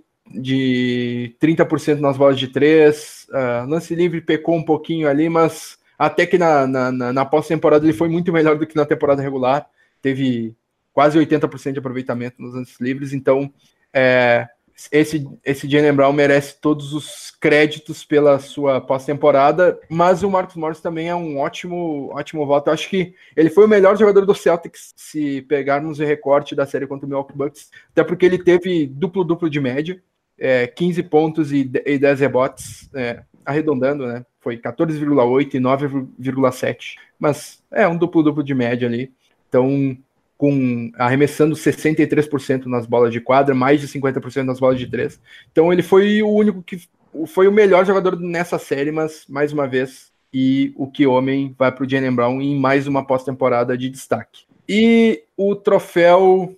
Speaker 1: de trinta por cento nas bolas de três, uh, lance livre pecou um pouquinho ali, mas até que na, na, na, na pós-temporada ele foi muito melhor do que na temporada regular, teve quase oitenta por cento de aproveitamento nos lances livres, então é, esse, esse Jaylen Brown merece todos os créditos pela sua pós-temporada, mas o Marcus Morris também é um ótimo, ótimo voto. Eu acho que ele foi o melhor jogador do Celtics, se pegarmos o recorte da série contra o Milwaukee Bucks, até porque ele teve duplo-duplo de média, É, quinze pontos e dez rebotes, é, arredondando, né? Foi quatorze vírgula oito e nove vírgula sete, mas é um duplo-duplo de média ali. Então, com arremessando sessenta e três por cento nas bolas de quadra, mais de cinquenta por cento nas bolas de três. Então, ele foi o único que foi o melhor jogador nessa série, mas, mais uma vez, e o que homem vai para o Jaylen Brown em mais uma pós-temporada de destaque. E o troféu...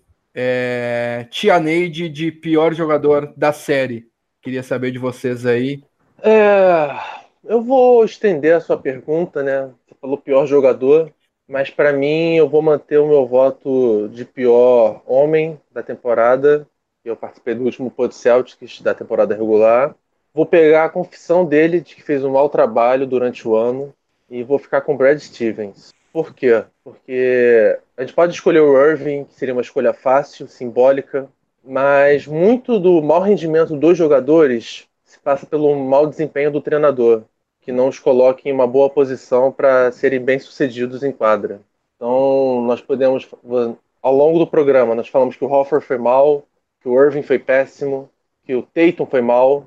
Speaker 1: É, Tia Neide de pior jogador da série. Queria saber de vocês aí.
Speaker 3: É, eu vou estender a sua pergunta, né? Você falou pior jogador, mas para mim eu vou manter o meu voto de pior homem da temporada. Eu participei do último Pod Celtics da temporada regular. Vou pegar a confissão dele de que fez um mau trabalho durante o ano e vou ficar com Brad Stevens. Por quê? Porque a gente pode escolher o Irving, que seria uma escolha fácil, simbólica, mas muito do mau rendimento dos jogadores se passa pelo mau desempenho do treinador, que não os coloca em uma boa posição para serem bem-sucedidos em quadra. Então, nós podemos, ao longo do programa, nós falamos que o Horford foi mal, que o Irving foi péssimo, que o Tatum foi mal.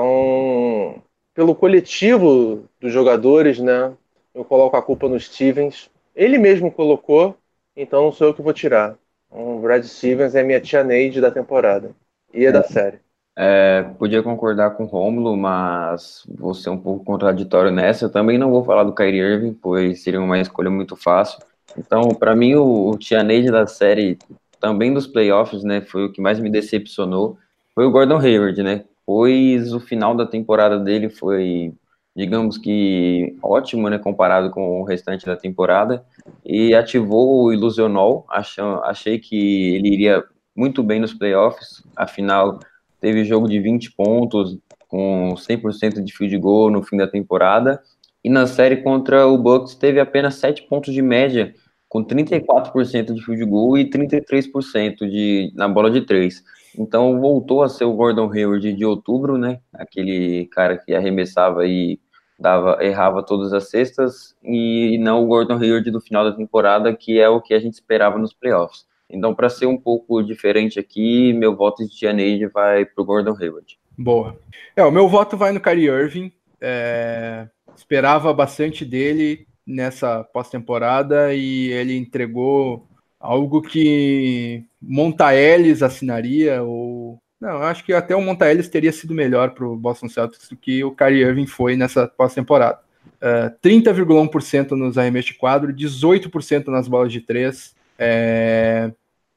Speaker 3: Então, pelo coletivo dos jogadores, né? Eu coloco a culpa no Stevens. Ele mesmo colocou, então não sou eu que vou tirar. O Brad Stevens é minha tia Neide da temporada. E é, é da série.
Speaker 2: É, podia concordar com o Rômulo, mas vou ser um pouco contraditório nessa. Eu também não vou falar do Kyrie Irving, pois seria uma escolha muito fácil. Então, para mim, o, o tia Neide da série, também dos playoffs, né, foi o que mais me decepcionou. Foi o Gordon Hayward, né? Pois o final da temporada dele foi... digamos que ótimo, né, comparado com o restante da temporada, e ativou o ilusionol. Acham, achei que ele iria muito bem nos playoffs, afinal, teve jogo de vinte pontos, com cem por cento de field goal no fim da temporada, E na série contra o Bucks teve apenas sete pontos de média, com trinta e quatro por cento de field goal e trinta e três por cento de, na bola de três. Então voltou a ser o Gordon Hayward de outubro, né? Aquele cara que arremessava e dava, errava todas as cestas, e não o Gordon Hayward do final da temporada, que é o que a gente esperava nos playoffs. Então, para ser um pouco diferente aqui, meu voto de Tianade vai para o Gordon Hayward.
Speaker 1: Boa. É, o meu voto vai no Kyrie Irving. É, esperava bastante dele nessa pós-temporada e ele entregou algo que Monta-Ellis assinaria, ou... Não, eu acho que até o Monta-Ellis teria sido melhor para o Boston Celtics do que o Kyrie Irving foi nessa pós-temporada. Uh, trinta vírgula um por cento nos arremessos de quadro, dezoito por cento nas bolas de três, é,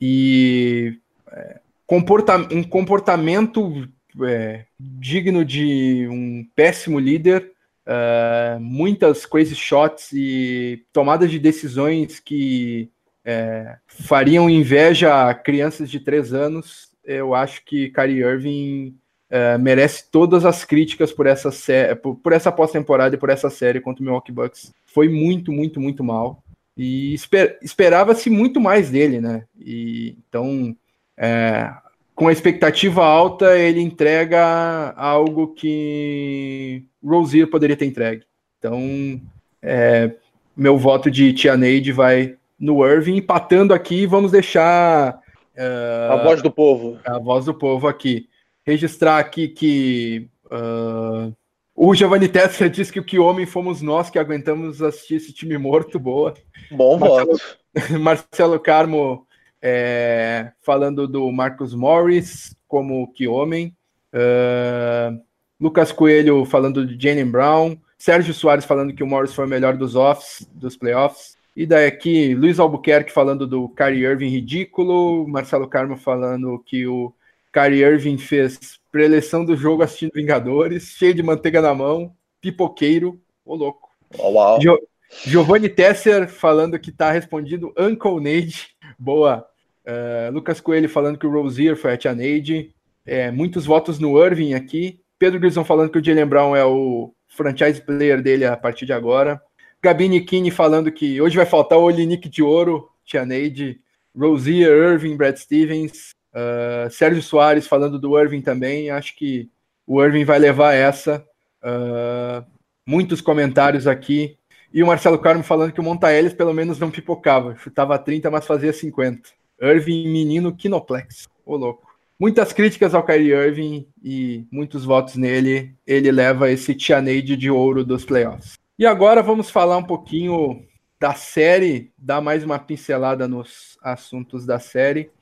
Speaker 1: e é, comporta um comportamento é, digno de um péssimo líder, uh, muitas crazy shots e tomadas de decisões que é, fariam inveja a crianças de três anos. Eu acho que Kyrie Irving é, merece todas as críticas por essa, sé- por, por essa pós-temporada e por essa série contra o Milwaukee Bucks. Foi muito, muito, muito mal. E esper- esperava-se muito mais dele, né? E, então, é, com a expectativa alta, ele entrega algo que Rozier poderia ter entregue. Então, é, meu voto de Tianade vai no Irving. Empatando aqui, vamos deixar
Speaker 3: A voz do povo.
Speaker 1: a voz do povo aqui. Registrar aqui que uh, o Giovanni Tessa disse que o que homem fomos nós que aguentamos assistir esse time morto. Boa.
Speaker 3: Bom
Speaker 1: Marcelo,
Speaker 3: voto.
Speaker 1: Marcelo Carmo é, falando do Marcus Morris como que homem. Uh, Lucas Coelho falando de Jaylen Brown. Sérgio Soares falando que o Morris foi o melhor dos offs, dos playoffs. E daí aqui, Luiz Albuquerque falando do Kyrie Irving ridículo, Marcelo Carmo falando que o Kyrie Irving fez preleção do jogo assistindo Vingadores, cheio de manteiga na mão, pipoqueiro, ô louco.
Speaker 3: Oh, uau.
Speaker 1: Jo Giovanni Tesser falando que tá respondido Uncle Nade, boa. Uh, Lucas Coelho falando que o Rozier foi a Tia Nade, é, muitos votos no Irving aqui. Pedro Grisson falando que o Jaylen Brown é o franchise player dele a partir de agora. Gabi Nikini falando que hoje vai faltar o Olinick de ouro, Tianade, Rozier, Irving, Brad Stevens, uh, Sérgio Soares falando do Irving também. Acho que o Irving vai levar essa. Uh, muitos comentários aqui. E o Marcelo Carmo falando que o Monta-Ellis pelo menos não pipocava, chutava trinta, mas fazia cinquenta. Irving, menino Kinoplex. Ô louco. Muitas críticas ao Kyrie Irving e muitos votos nele. Ele leva esse Tianade de ouro dos playoffs. E agora vamos falar um pouquinho da série, dar mais uma pincelada nos assuntos da série.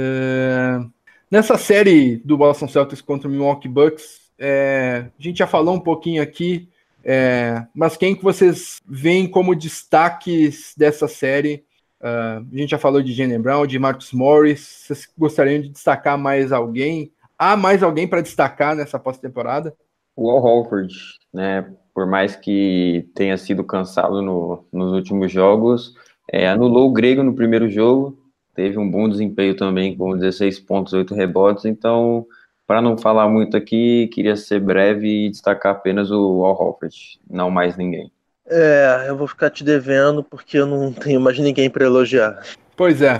Speaker 1: Uh, nessa série do Boston Celtics contra o Milwaukee Bucks, é, a gente já falou um pouquinho aqui, é, mas quem que vocês veem como destaques dessa série? Uh, a gente já falou de Jaylen Brown, de Marcus Morris. Vocês gostariam de destacar mais alguém? Há mais alguém para destacar nessa pós-temporada?
Speaker 2: O Al Horford, né? Por mais que tenha sido cansado no, nos últimos jogos, é, anulou o Grego no primeiro jogo, teve um bom desempenho também, com dezesseis pontos, oito rebotes. Então, para não falar muito aqui, queria ser breve e destacar apenas o Al Horford, não mais ninguém.
Speaker 3: É, eu vou ficar te devendo porque eu não tenho mais ninguém para elogiar.
Speaker 1: Pois é.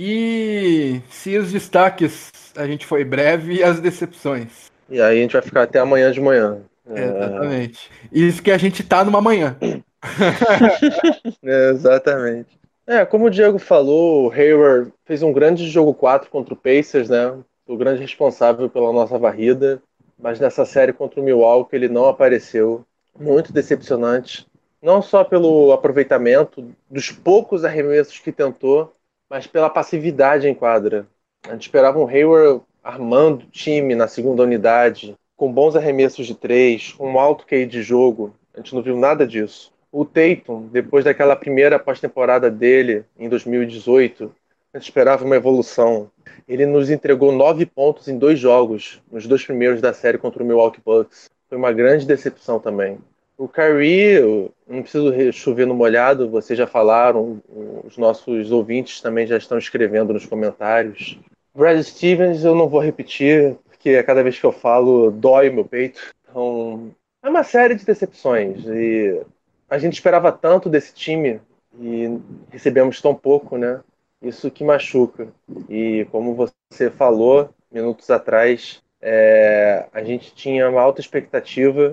Speaker 1: E se os destaques a gente foi breve, e as decepções?
Speaker 3: E aí a gente vai ficar até amanhã de manhã.
Speaker 1: Exatamente. Isso que a gente tá numa manhã.
Speaker 3: É, exatamente. É, como o Diego falou, o Hayward fez um grande jogo quatro contra o Pacers, né? O grande responsável pela nossa varrida. Mas nessa série contra o Milwaukee ele não apareceu. Muito decepcionante. Não só pelo aproveitamento dos poucos arremessos que tentou, mas pela passividade em quadra. A gente esperava um Hayward armando o time na segunda unidade, com bons arremessos de três, um alto Q I de jogo. A gente não viu nada disso. O Tatum, depois daquela primeira pós-temporada dele, em dois mil e dezoito, a gente esperava uma evolução. Ele nos entregou nove pontos em dois jogos, nos dois primeiros da série contra o Milwaukee Bucks. Foi uma grande decepção também. O Kyrie, eu não preciso chover no molhado, vocês já falaram, os nossos ouvintes também já estão escrevendo nos comentários. Brad Stevens eu não vou repetir, porque cada vez que eu falo dói meu peito. Então, é uma série de decepções. E a gente esperava tanto desse time e recebemos tão pouco, né? Isso que machuca. E como você falou minutos atrás, é, a gente tinha uma alta expectativa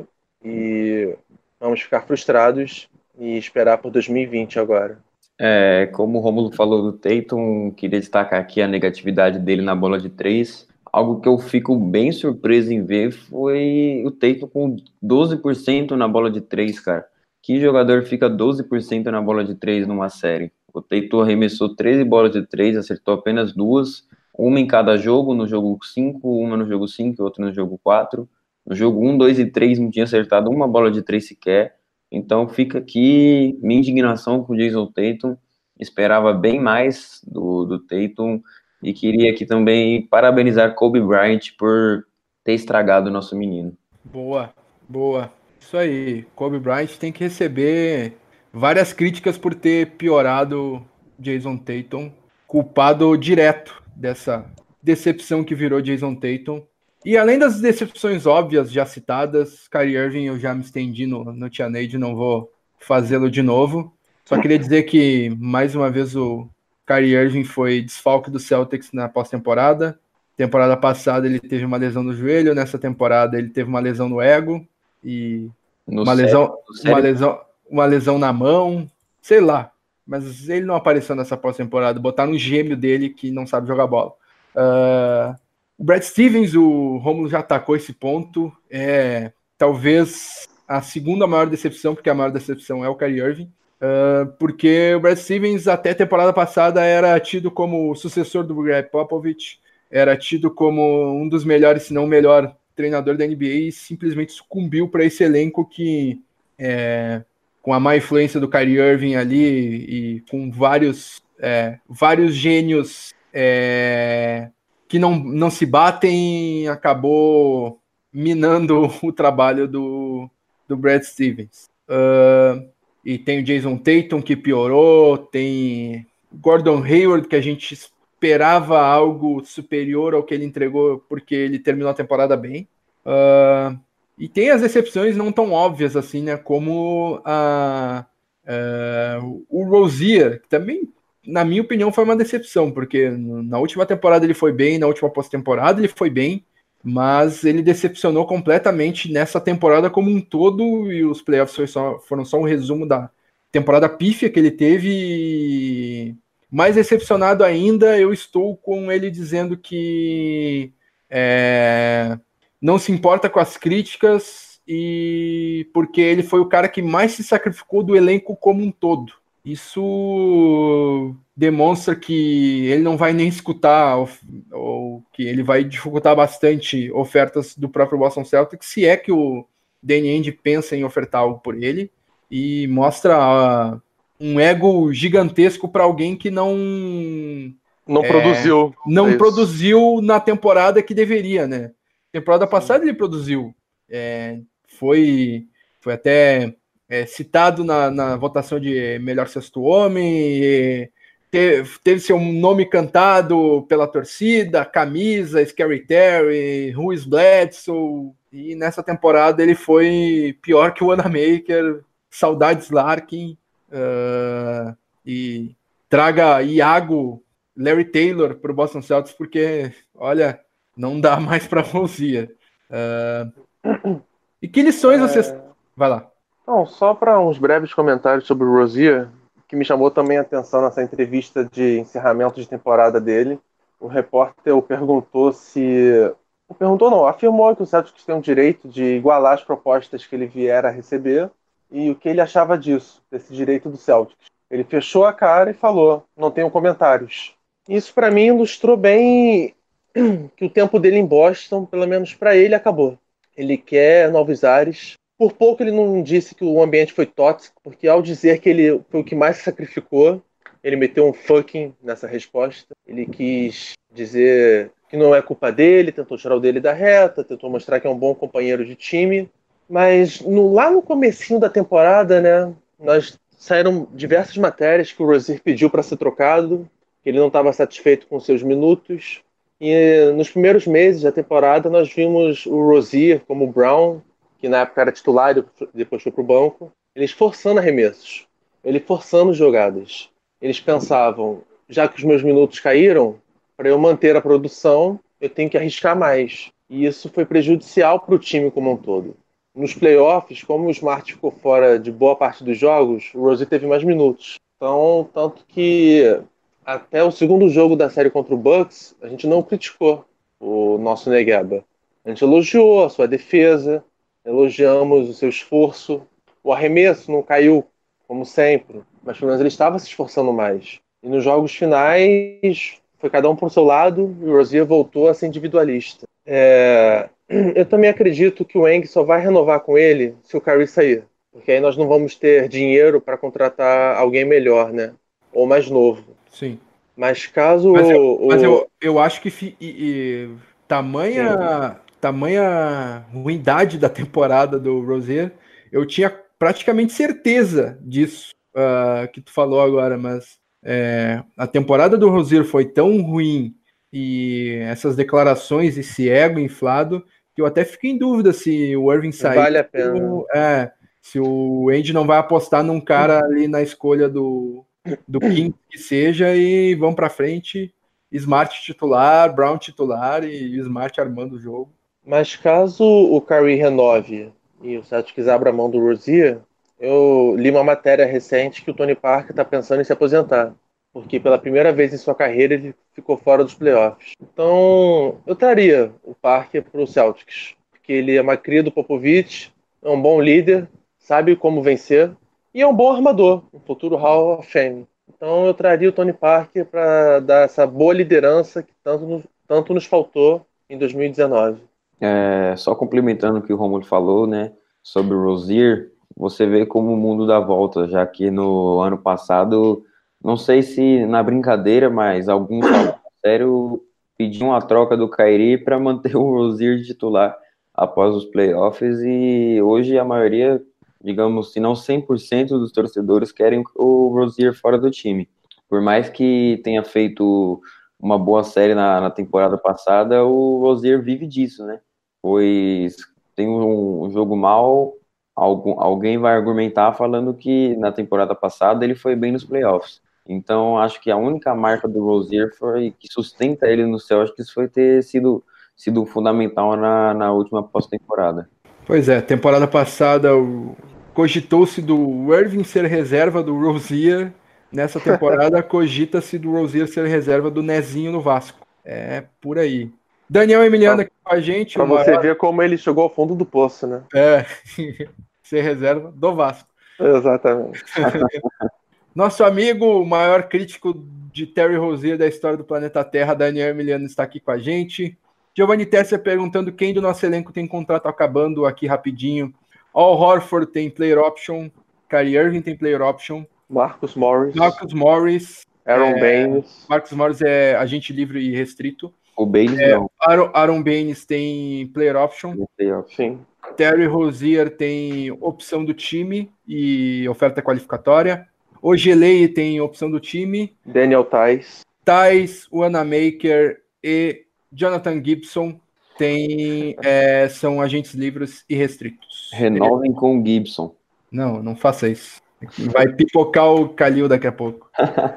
Speaker 3: e vamos ficar frustrados e esperar por dois mil e vinte agora.
Speaker 2: É, como o Rômulo falou do Tatum, queria destacar aqui a negatividade dele na bola de três. Algo que eu fico bem surpreso em ver foi o Tatum com doze por cento na bola de três, cara. Que jogador fica doze por cento na bola de três numa série? O Tatum arremessou treze bolas de três, acertou apenas duas, uma em cada jogo, no jogo cinco, uma no jogo cinco e outra no jogo quatro. No jogo um, dois e três não tinha acertado uma bola de três sequer. Então fica aqui minha indignação com o Jason Tatum. Esperava bem mais do, do Tatum e queria aqui também parabenizar Kobe Bryant por ter estragado o nosso menino.
Speaker 1: Boa, boa. Isso aí. Kobe Bryant tem que receber várias críticas por ter piorado Jason Tatum, culpado direto dessa decepção que virou Jason Tatum. E além das decepções óbvias já citadas, Kyrie Irving, eu já me estendi no, no Tia Neide, não vou fazê-lo de novo. Só queria dizer que, mais uma vez, o Kyrie Irving foi desfalque do Celtics na pós-temporada. Temporada passada ele teve uma lesão no joelho, nessa temporada ele teve uma lesão no ego e
Speaker 2: No
Speaker 1: uma
Speaker 2: sério,
Speaker 1: lesão,
Speaker 2: no sério,
Speaker 1: uma lesão, uma lesão na mão, sei lá. Mas ele não apareceu nessa pós-temporada. Botaram um gêmeo dele que não sabe jogar bola. Uh, o Brad Stevens, o Romulo já atacou esse ponto, é talvez a segunda maior decepção, porque a maior decepção é o Kyrie Irving, uh, porque o Brad Stevens até a temporada passada era tido como o sucessor do Greg Popovich, era tido como um dos melhores, se não o melhor treinador da N B A, e simplesmente sucumbiu para esse elenco que, é, com a má influência do Kyrie Irving ali e com vários, é, vários gênios é, que não, não se batem, acabou minando o trabalho do, do Brad Stevens. Uh, e tem o Jason Tatum, que piorou, tem Gordon Hayward, que a gente esperava algo superior ao que ele entregou, porque ele terminou a temporada bem. Uh, e tem as exceções não tão óbvias assim, né? Como a, uh, o Rozier, que também, na minha opinião, foi uma decepção, porque na última temporada ele foi bem, na última pós-temporada ele foi bem, mas ele decepcionou completamente nessa temporada como um todo, e os playoffs foi só, foram só um resumo da temporada pífia que ele teve. E mais decepcionado ainda, eu estou com ele dizendo que é, não se importa com as críticas, e porque ele foi o cara que mais se sacrificou do elenco como um todo. Isso demonstra que ele não vai nem escutar, ou, ou que ele vai dificultar bastante ofertas do próprio Boston Celtics, se é que o Danny Ainge pensa em ofertar algo por ele, e mostra uh, um ego gigantesco para alguém que não
Speaker 3: não
Speaker 1: é,
Speaker 3: produziu
Speaker 1: não
Speaker 3: isso.
Speaker 1: produziu na temporada que deveria, né? Temporada passada ele produziu, é, foi, foi até é, citado na, na votação de melhor sexto homem, teve, teve seu nome cantado pela torcida, camisa, Scary Terry, Ruiz Bledsoe, e nessa temporada ele foi pior que o Wanamaker, saudades Larkin, uh, e traga Iago, Larry Taylor para o Boston Celtics, porque, olha, não dá mais para Rozier. Uh, e que lições é... vocês... Vai lá.
Speaker 3: Não, só para uns breves comentários sobre o Rozier, que me chamou também a atenção nessa entrevista de encerramento de temporada dele. O repórter perguntou se... Perguntou não, afirmou que o Celtics tem o direito de igualar as propostas que ele vier a receber e o que ele achava disso, desse direito do Celtics. Ele fechou a cara e falou, não tenho comentários. Isso para mim ilustrou bem que o tempo dele em Boston, pelo menos para ele, acabou. Ele quer novos ares. Por pouco ele não disse que o ambiente foi tóxico, porque ao dizer que ele foi o que mais se sacrificou, ele meteu um fucking nessa resposta. Ele quis dizer que não é culpa dele, tentou tirar o dele da reta, tentou mostrar que é um bom companheiro de time. Mas no, lá no comecinho da temporada, né, nós saíram diversas matérias que o Rozier pediu para ser trocado, que ele não estava satisfeito com seus minutos. E nos primeiros meses da temporada nós vimos o Rozier como o Brown, que na época era titular e depois foi para o banco, eles forçando arremessos, ele forçando jogadas. Eles pensavam, já que os meus minutos caíram, para eu manter a produção, eu tenho que arriscar mais. E isso foi prejudicial para o time como um todo. Nos playoffs, como o Smart ficou fora de boa parte dos jogos, o Rozier teve mais minutos. Então, tanto que até o segundo jogo da série contra o Bucks, a gente não criticou o nosso Negueba. A gente elogiou a sua defesa, elogiamos o seu esforço. O arremesso não caiu, como sempre, mas pelo menos ele estava se esforçando mais. E nos jogos finais, foi cada um para o seu lado e o Rozier voltou a ser individualista. É... Eu também acredito que o Eng só vai renovar com ele se o Kyrie sair. Porque aí nós não vamos ter dinheiro para contratar alguém melhor, né? Ou mais novo.
Speaker 1: Sim.
Speaker 3: Mas caso...
Speaker 1: Mas eu,
Speaker 3: o...
Speaker 1: mas eu, eu acho que fi, e, e, tamanha, tamanha ruindade da temporada do Rozier, eu tinha praticamente certeza disso uh, que tu falou agora, mas é, a temporada do Rozier foi tão ruim e essas declarações, esse ego inflado, que eu até fico em dúvida se o Irving sair.
Speaker 3: Vale a pena.
Speaker 1: É, se o Andy não vai apostar num cara ali na escolha do, do King que seja e vão para frente, Smart titular, Brown titular e Smart armando o jogo.
Speaker 3: Mas caso o Kyrie renove e o Celtics abra a mão do Rozier, eu li uma matéria recente que o Tony Parker está pensando em se aposentar. Porque pela primeira vez em sua carreira ele ficou fora dos playoffs. Então eu traria o Parker para o Celtics. Porque ele é uma cria do Popovich, é um bom líder, sabe como vencer e é um bom armador, um futuro Hall of Fame. Então eu traria o Tony Parker para dar essa boa liderança que tanto nos, tanto nos faltou em dois mil e dezenove.
Speaker 2: É, só complementando o que o Romulo falou, né, sobre o Rozier, você vê como o mundo dá volta, já que no ano passado, não sei se na brincadeira, mas alguns falaram sério pediam a troca do Kyrie para manter o Rozier titular após os playoffs, e hoje a maioria, digamos, se não cem por cento dos torcedores querem o Rozier fora do time. Por mais que tenha feito uma boa série na, na temporada passada, o Rozier vive disso, né? Pois tem um, um jogo mal, algum, alguém vai argumentar falando que na temporada passada ele foi bem nos playoffs. Então, acho que a única marca do Rozier foi, que sustenta ele no Celtics foi ter sido, sido fundamental na, na última pós-temporada.
Speaker 1: Pois é, temporada passada cogitou-se do Irving ser reserva do Rozier. Nessa temporada cogita-se do Rozier ser reserva do Nezinho no Vasco. É por aí. Daniel Emiliano aqui com a gente.
Speaker 3: Pra você maior... ver como ele chegou ao fundo do poço, né?
Speaker 1: É, ser reserva do Vasco.
Speaker 3: Exatamente.
Speaker 1: Nosso amigo, o maior crítico de Terry Rozier da história do planeta Terra, Daniel Emiliano, está aqui com a gente. Giovanni Tesser perguntando quem do nosso elenco tem contrato acabando aqui rapidinho. Al Horford tem player option. Kyrie Irving tem player option.
Speaker 3: Marcus Morris.
Speaker 1: Marcus Morris.
Speaker 3: Aaron
Speaker 1: é,
Speaker 3: Baines.
Speaker 1: Marcus Morris é agente livre e restrito.
Speaker 2: O Baines
Speaker 1: é,
Speaker 2: não.
Speaker 1: Aaron, Aaron Baines tem player option.
Speaker 3: Sim.
Speaker 1: Terry Rozier tem opção do time e oferta qualificatória. Ogelei tem opção do time.
Speaker 3: Daniel Theis.
Speaker 1: Theis, Wanamaker e Jonathan Gibson tem, é, são agentes livres e restritos.
Speaker 2: Renovem com o Gibson.
Speaker 1: Não, não faça isso. Vai pipocar o Kalil daqui a pouco.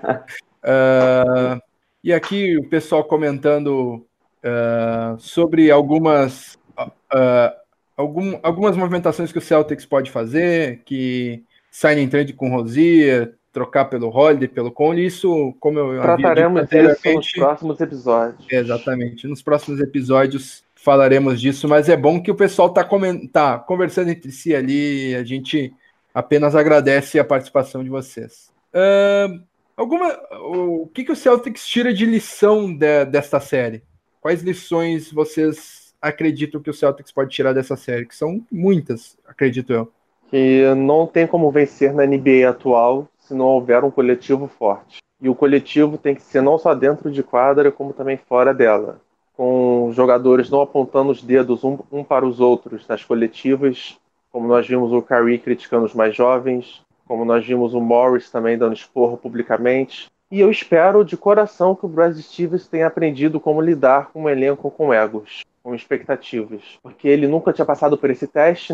Speaker 1: uh, e aqui o pessoal comentando uh, sobre algumas, uh, algum, algumas movimentações que o Celtics pode fazer, que sign and trade com Rozier, trocar pelo Holiday, pelo Conley, isso, como eu
Speaker 3: trataremos disso nos próximos episódios.
Speaker 1: Exatamente, nos próximos episódios falaremos disso, mas é bom que o pessoal está tá conversando entre si ali, a gente apenas agradece a participação de vocês. Uh, alguma, o que, que o Celtics tira de lição de, desta série? Quais lições vocês acreditam que o Celtics pode tirar dessa série? Que são muitas, acredito eu.
Speaker 3: Que não tem como vencer na N B A atual se não houver um coletivo forte. E o coletivo tem que ser não só dentro de quadra, como também fora dela. Com jogadores não apontando os dedos um, um para os outros nas coletivas, como nós vimos o Kyrie criticando os mais jovens, como nós vimos o Morris também dando esporro publicamente. E eu espero de coração que o Brad Stevens tenha aprendido como lidar com um elenco com egos, com expectativas. Porque ele nunca tinha passado por esse teste, né?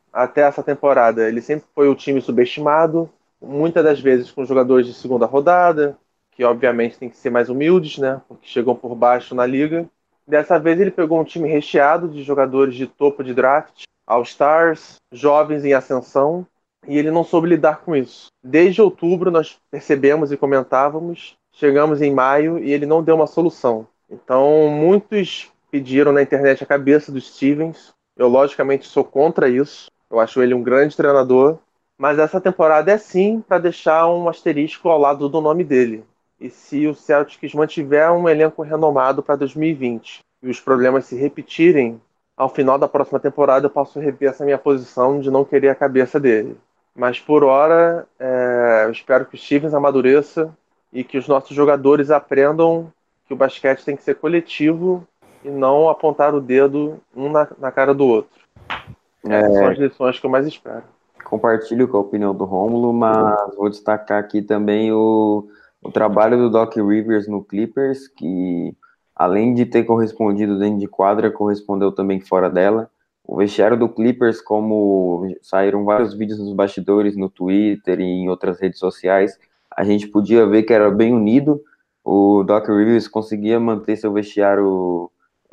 Speaker 3: até essa temporada, ele sempre foi o time subestimado, muitas das vezes com jogadores de segunda rodada, que obviamente tem que ser mais humildes, né? Porque chegam por baixo na liga. Dessa vez ele pegou um time recheado de jogadores de topo de draft, All-Stars, jovens em ascensão, e ele não soube lidar com isso. Desde outubro nós percebemos e comentávamos, chegamos em maio e ele não deu uma solução. Então muitos pediram na internet a cabeça do Stevens. Eu logicamente sou contra isso. Eu acho ele um grande treinador, mas essa temporada é sim para deixar um asterisco ao lado do nome dele. E se o Celtics mantiver um elenco renomado para dois mil e vinte e os problemas se repetirem, ao final da próxima temporada eu posso rever essa minha posição de não querer a cabeça dele. Mas por hora, é, eu espero que o Stevens amadureça e que os nossos jogadores aprendam que o basquete tem que ser coletivo e não apontar o dedo um na, na cara do outro. Essas
Speaker 2: É,
Speaker 3: são as lições que eu mais espero.
Speaker 2: Compartilho com a opinião do Rômulo, mas vou destacar aqui também o, o trabalho do Doc Rivers no Clippers, que além de ter correspondido dentro de quadra, correspondeu também fora dela. O vestiário do Clippers, como saíram vários vídeos nos bastidores, no Twitter e em outras redes sociais, a gente podia ver que era bem unido. O Doc Rivers conseguia manter seu vestiário,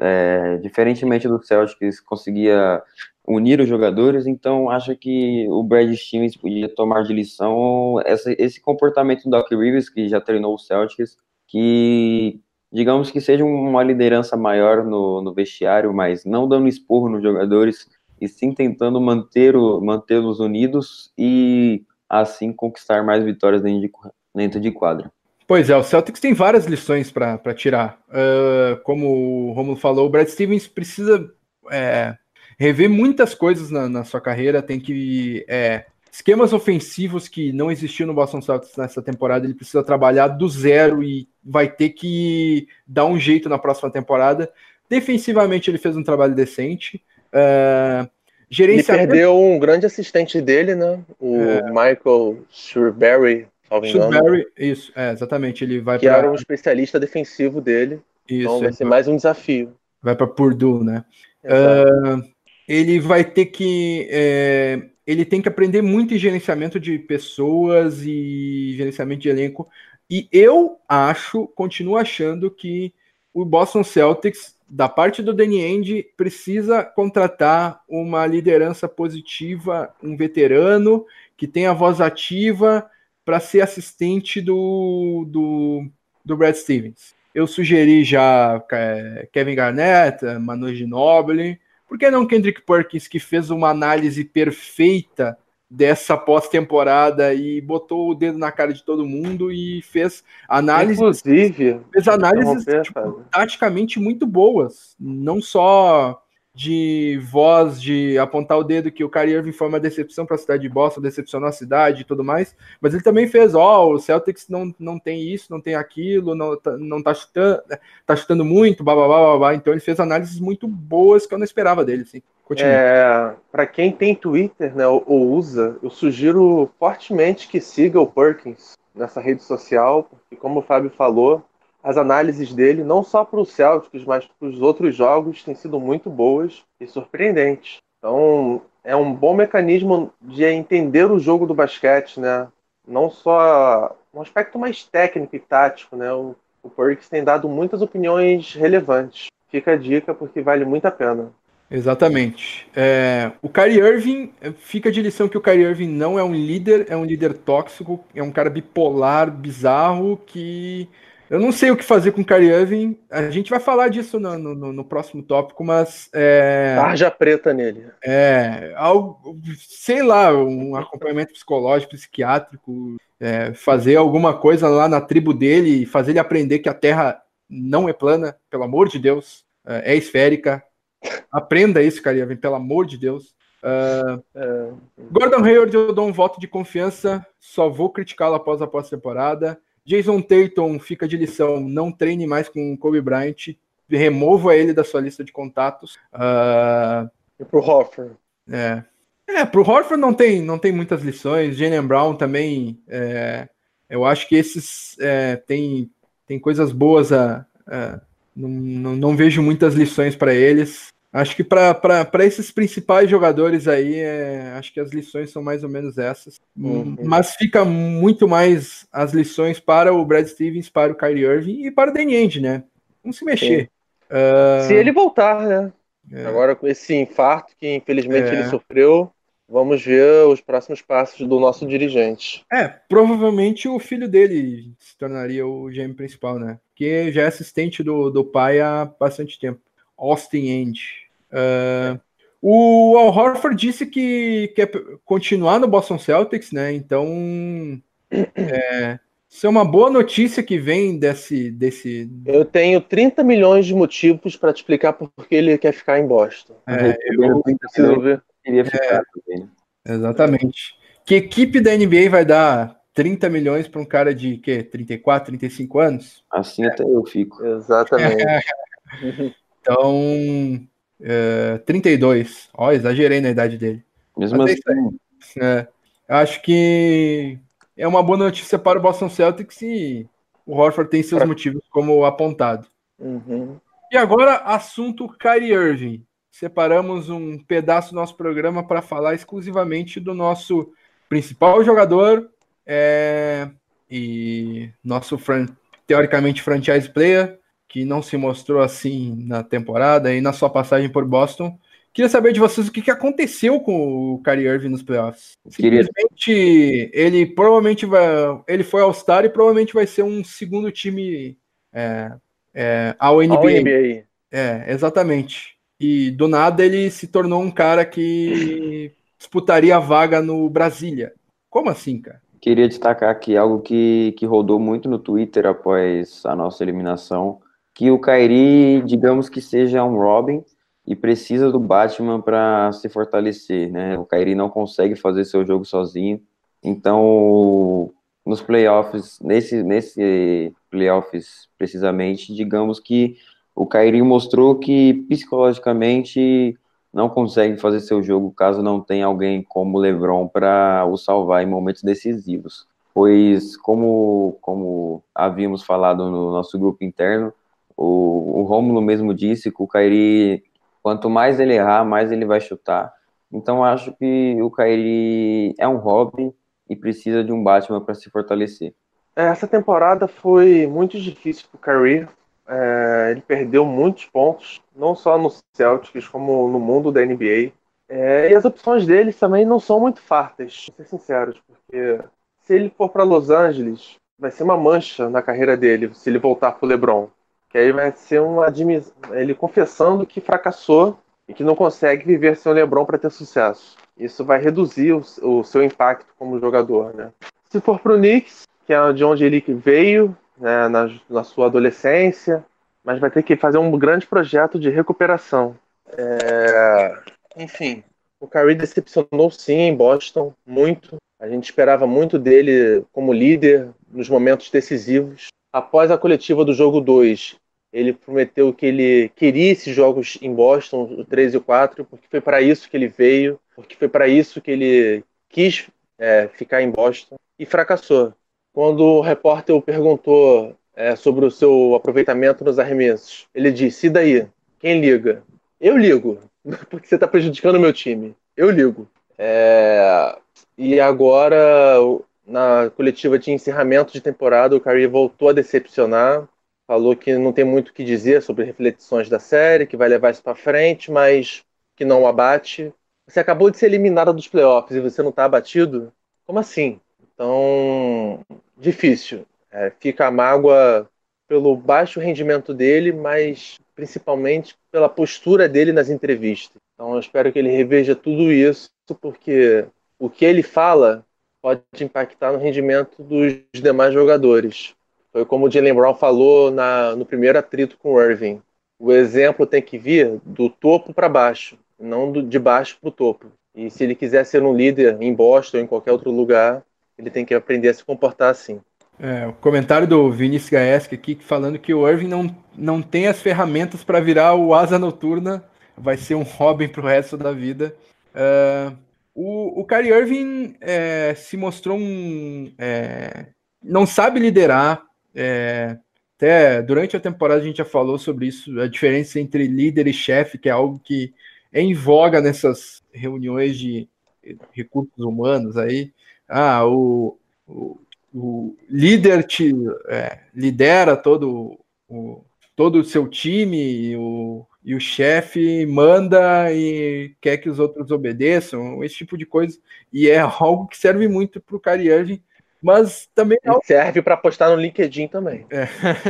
Speaker 2: é, diferentemente do Celtics, conseguia unir os jogadores, então acho que o Brad Stevens podia tomar de lição essa, esse comportamento do Doc Rivers, que já treinou o Celtics, que digamos que seja uma liderança maior no, no vestiário, mas não dando esporro nos jogadores, e sim tentando manter o, mantê-los unidos e assim conquistar mais vitórias dentro de, dentro de quadra.
Speaker 1: Pois é, o Celtics tem várias lições para tirar. Uh, como o Romulo falou, o Brad Stevens precisa é, rever muitas coisas na, na sua carreira, tem que... É, esquemas ofensivos que não existiam no Boston Celtics nessa temporada, ele precisa trabalhar do zero e vai ter que dar um jeito na próxima temporada. Defensivamente ele fez um trabalho decente. Uh, gerenciamento...
Speaker 3: Ele perdeu um grande assistente dele, né? O é... Michael Shrewsbury, salvo engano.
Speaker 1: Isso, é, exatamente. Ele vai
Speaker 3: que
Speaker 1: pra...
Speaker 3: era um especialista defensivo dele.
Speaker 1: Isso,
Speaker 3: então vai ser mais um desafio.
Speaker 1: Vai para Purdue, né? Uh, ele vai ter que... É... Ele tem que aprender muito em gerenciamento de pessoas e gerenciamento de elenco. E eu acho, continuo achando que o Boston Celtics, da parte do Danny Ainge, precisa contratar uma liderança positiva, um veterano que tenha voz ativa para ser assistente do, do, do Brad Stevens. Eu sugeri já Kevin Garnett, Manu Ginobili. Por que não Kendrick Perkins, que fez uma análise perfeita dessa pós-temporada e botou o dedo na cara de todo mundo e fez análises,
Speaker 3: Inclusive,
Speaker 1: fez análises tipo, taticamente muito boas, não só de voz, de apontar o dedo que o Kyrie Irving foi uma decepção para a cidade de Boston, decepcionou a cidade e tudo mais, mas ele também fez, ó, oh, o Celtics não, não tem isso, não tem aquilo, não, não tá chutando, tá chutando muito, blá, blá, blá, blá, então ele fez análises muito boas que eu não esperava dele, assim.
Speaker 3: É, para quem tem Twitter, né, ou, ou usa, eu sugiro fortemente que siga o Perkins nessa rede social, porque como o Fábio falou, as análises dele, não só para o Celtics, mas para os outros jogos, têm sido muito boas e surpreendentes. Então, é um bom mecanismo de entender o jogo do basquete, né? Não só um aspecto mais técnico e tático, né? O, o Perkins tem dado muitas opiniões relevantes. Fica a dica porque vale muito a pena.
Speaker 1: Exatamente. É, o Kyrie Irving, fica de lição que o Kyrie Irving não é um líder, é um líder tóxico, é um cara bipolar, bizarro, que eu não sei o que fazer com o Kyrie Irving. A gente vai falar disso no, no, no próximo tópico, mas... É,
Speaker 3: tarja preta nele.
Speaker 1: É, algo, sei lá, um acompanhamento psicológico, psiquiátrico, é, fazer alguma coisa lá na tribo dele, fazer ele aprender que a Terra não é plana, pelo amor de Deus, é, é esférica. Aprenda isso, Kyrie Irving, pelo amor de Deus. Uh, é. Gordon Hayward, eu dou um voto de confiança, só vou criticá-lo após a pós-temporada. Jason Tatum, fica de lição, não treine mais com Kobe Bryant, remova ele da sua lista de contatos. Uh,
Speaker 3: e pro Horford.
Speaker 1: É, é pro Horford não tem, não tem muitas lições, Jaylen Brown também, é, eu acho que esses é, tem, tem coisas boas, a, a, não, não, não vejo muitas lições para eles. Acho que para esses principais jogadores aí, é, acho que as lições são mais ou menos essas. Uhum. Mas fica muito mais as lições para o Brad Stevens, para o Kyrie Irving e para o Danny Ainge, né? Vamos se mexer.
Speaker 3: Uh... Se ele voltar, né? É. Agora com esse infarto que infelizmente é. ele sofreu, vamos ver os próximos passos do nosso dirigente.
Speaker 1: É, provavelmente o filho dele se tornaria o G M principal, né? Que já é assistente do, do pai há bastante tempo. Austin Ainge. Uh, o Al Horford disse que quer continuar no Boston Celtics, né? Então, é, isso é uma boa notícia que vem desse, desse...
Speaker 3: Eu tenho trinta milhões de motivos para te explicar por que ele quer ficar em Boston.
Speaker 1: É, eu preciso ver. Queria ficar também. Exatamente. Que equipe da N B A vai dar trinta milhões para um cara de que, trinta e quatro, trinta e cinco anos?
Speaker 2: Assim é. Até eu fico.
Speaker 3: Exatamente.
Speaker 1: Então, é, trinta e dois. Ó, exagerei na idade dele.
Speaker 2: Mesmo
Speaker 1: Mas
Speaker 2: assim.
Speaker 1: É, acho que é uma boa notícia para o Boston Celtics e o Horford tem seus pra... motivos como apontado.
Speaker 3: Uhum.
Speaker 1: E agora, assunto Kyrie Irving. Separamos um pedaço do nosso programa para falar exclusivamente do nosso principal jogador é, e nosso fran- teoricamente franchise player, que não se mostrou assim na temporada e na sua passagem por Boston. Queria saber de vocês o que, que aconteceu com o Kyrie Irving nos playoffs. Simplesmente, ele provavelmente vai. Ele foi All-Star e provavelmente vai ser um segundo time é, é, ao N B A.
Speaker 3: Ao N B A.
Speaker 1: É, exatamente. E do nada ele se tornou um cara que disputaria a vaga no Brasília. Como assim, cara?
Speaker 2: Queria destacar aqui algo que, que rodou muito no Twitter após a nossa eliminação, que o Kyrie, digamos que seja um Robin, e precisa do Batman para se fortalecer, né? O Kyrie não consegue fazer seu jogo sozinho, então nos playoffs, nesse, nesse playoffs precisamente, digamos que o Kyrie mostrou que psicologicamente não consegue fazer seu jogo caso não tenha alguém como o LeBron para o salvar em momentos decisivos, pois como, como havíamos falado no nosso grupo interno, o, o Rômulo mesmo disse que o Kyrie, quanto mais ele errar, mais ele vai chutar. Então acho que o Kyrie é um Robin e precisa de um Batman para se fortalecer.
Speaker 3: Essa temporada foi muito difícil para o Kyrie. É, ele perdeu muitos pontos, não só no Celtics, como no mundo da N B A. É, e as opções dele também não são muito fartas, pra ser sinceros, porque se ele for para Los Angeles, vai ser uma mancha na carreira dele, se ele voltar para o LeBron. Que aí vai ser uma admissão, ele confessando que fracassou e que não consegue viver sem o LeBron para ter sucesso. Isso vai reduzir o, o seu impacto como jogador, né? Se for para o Knicks, que é de onde ele veio, né, na, na sua adolescência, mas vai ter que fazer um grande projeto de recuperação. É... Enfim, o Kyrie decepcionou sim em Boston, muito. A gente esperava muito dele como líder nos momentos decisivos. Após a coletiva do jogo dois, ele prometeu que ele queria esses jogos em Boston, o três e o quatro, porque foi para isso que ele veio, porque foi para isso que ele quis é, ficar em Boston, e fracassou. Quando o repórter perguntou é, sobre o seu aproveitamento nos arremessos, ele disse: e daí? Quem liga? Eu ligo, porque você está prejudicando o meu time. Eu ligo. É... E agora, na coletiva de encerramento de temporada, o Kyrie voltou a decepcionar. Falou que não tem muito o que dizer sobre reflexões da série, que vai levar isso para frente, mas que não o abate. Você acabou de ser eliminado dos playoffs e você não está abatido? Como assim? Então, difícil. É, fica a mágoa pelo baixo rendimento dele, mas principalmente pela postura dele nas entrevistas. Então, eu espero que ele reveja tudo isso, porque o que ele fala pode impactar no rendimento dos demais jogadores. Foi como o Jaylen Brown falou na, no primeiro atrito com o Irving. O exemplo tem que vir do topo para baixo, não do, de baixo para o topo. E se ele quiser ser um líder em Boston ou em qualquer outro lugar, ele tem que aprender a se comportar assim.
Speaker 1: É, o comentário do Vinícius Gaeski aqui falando que o Irving não, não tem as ferramentas para virar o asa noturna, vai ser um Robin pro resto da vida. Uh, o, o Kyrie Irving é, se mostrou um... É, não sabe liderar, é, Até durante a temporada a gente já falou sobre isso, a diferença entre líder e chefe, que é algo que é em voga nessas reuniões de recursos humanos aí. Ah, o, o, o líder te é, lidera todo o, todo o seu time e o, e o chefe manda e quer que os outros obedeçam, esse tipo de coisa. E é algo que serve muito para o Kyrie Irving, mas também
Speaker 3: Ele serve para postar no LinkedIn também.
Speaker 1: É.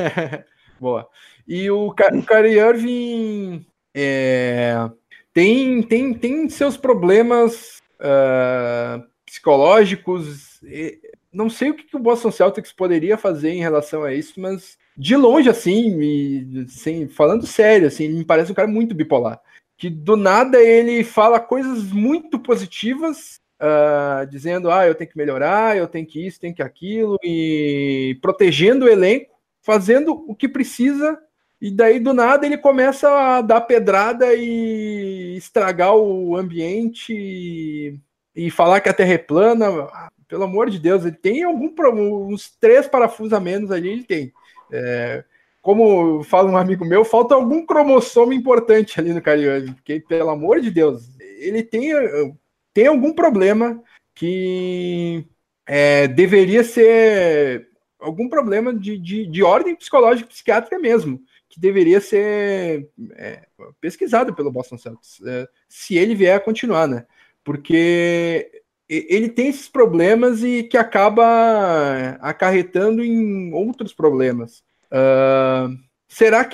Speaker 1: Boa. E o, o Kyrie Irving é, tem, tem, tem seus problemas uh, psicológicos. Não sei o que, que o Boston Celtics poderia fazer em relação a isso, mas de longe, assim, e, assim, falando sério, assim, ele me parece um cara muito bipolar. Que do nada ele fala coisas muito positivas, uh, dizendo, ah, eu tenho que melhorar, eu tenho que isso, tenho que aquilo, e protegendo o elenco, fazendo o que precisa, e daí do nada ele começa a dar pedrada e estragar o ambiente e, e falar que a Terra é plana. Pelo amor de Deus, ele tem algum uns três parafusos a menos ali, ele tem. É, como fala um amigo meu, falta algum cromossomo importante ali no Kyrie Irving, porque, pelo amor de Deus, ele tem, tem algum problema que é, deveria ser algum problema de, de, de ordem psicológica psiquiátrica mesmo, que deveria ser é, pesquisado pelo Boston Celtics, é, se ele vier a continuar, né? Porque ele tem esses problemas e que acaba acarretando em outros problemas. Uh, será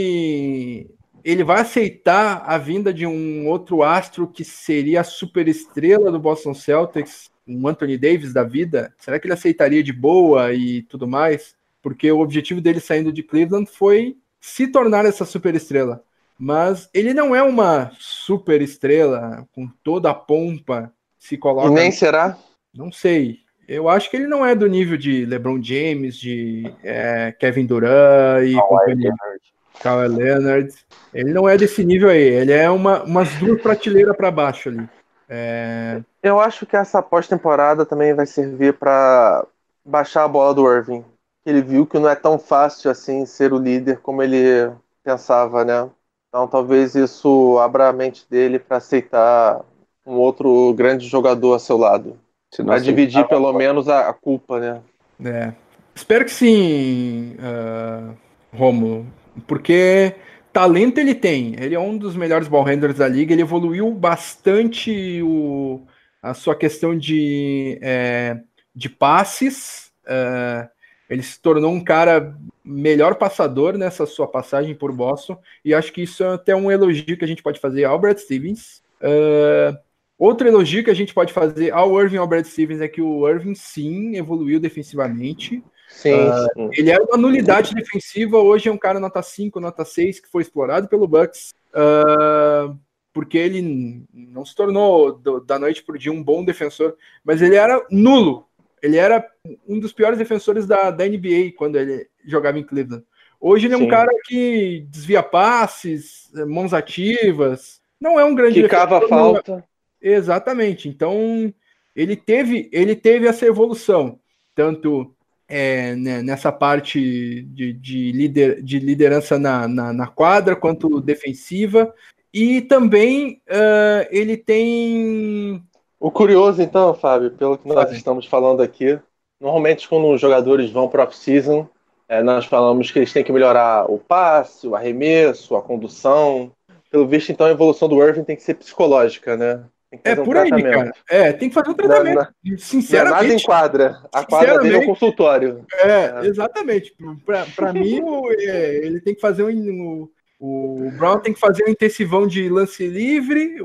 Speaker 1: que ele vai aceitar a vinda de um outro astro que seria a superestrela do Boston Celtics, um Anthony Davis da vida? Será que ele aceitaria de boa e tudo mais? Porque o objetivo dele saindo de Cleveland foi se tornar essa superestrela. Mas ele não é uma superestrela com toda a pompa. Se coloca...
Speaker 3: E nem será?
Speaker 1: Não sei. Eu acho que ele não é do nível de LeBron James, de é, Kevin Durant e companhia. Kawhi Leonard. Ele não é desse nível aí. Ele é uma, umas duas prateleiras para baixo ali. É...
Speaker 3: Eu acho que essa pós-temporada também vai servir para baixar a bola do Irving. Ele viu que não é tão fácil assim ser o líder como ele pensava, né? Então talvez isso abra a mente dele para aceitar um outro grande jogador a seu lado. Para dividir pelo menos a, a culpa, né?
Speaker 1: É. Espero que sim, uh, Romulo, porque talento ele tem. Ele é um dos melhores ballhandlers da liga. Ele evoluiu bastante o, a sua questão de, é, de passes. Uh, ele se tornou um cara melhor passador nessa sua passagem por Boston. E acho que isso é até um elogio que a gente pode fazer ao Brad Stevens. Uh, Outro elogio que a gente pode fazer ao Irving e ao Brad Stevens é que o Irving, sim, evoluiu defensivamente.
Speaker 3: Sim,
Speaker 1: uh,
Speaker 3: sim.
Speaker 1: Ele era uma nulidade defensiva, hoje é um cara nota cinco, nota seis, que foi explorado pelo Bucks, uh, porque ele não se tornou do, da noite para o dia um bom defensor, mas ele era nulo. Ele era um dos piores defensores da, da N B A quando ele jogava em Cleveland. Hoje ele é um sim. cara que desvia passes, mãos ativas, não é um grande
Speaker 3: que cava falta.
Speaker 1: Exatamente. Então, ele teve, ele teve essa evolução, tanto é, né, nessa parte de, de, lider, de liderança na, na, na quadra, quanto defensiva, e também uh, ele tem...
Speaker 3: O curioso, então, Fábio, pelo que nós Fábio. estamos falando aqui, normalmente quando os jogadores vão para a off-season, é, nós falamos que eles têm que melhorar o passe, o arremesso, a condução. Pelo visto, então, a evolução do Irving tem que ser psicológica, né?
Speaker 1: É um por aí, cara. É, tem que fazer um tratamento.
Speaker 3: Na, na,
Speaker 1: sinceramente.
Speaker 3: Nada enquadra. A quadra dele é um consultório.
Speaker 1: É, é. exatamente. Para mim, o, é, ele tem que fazer um. O, o Brown tem que fazer um intensivão de lance livre,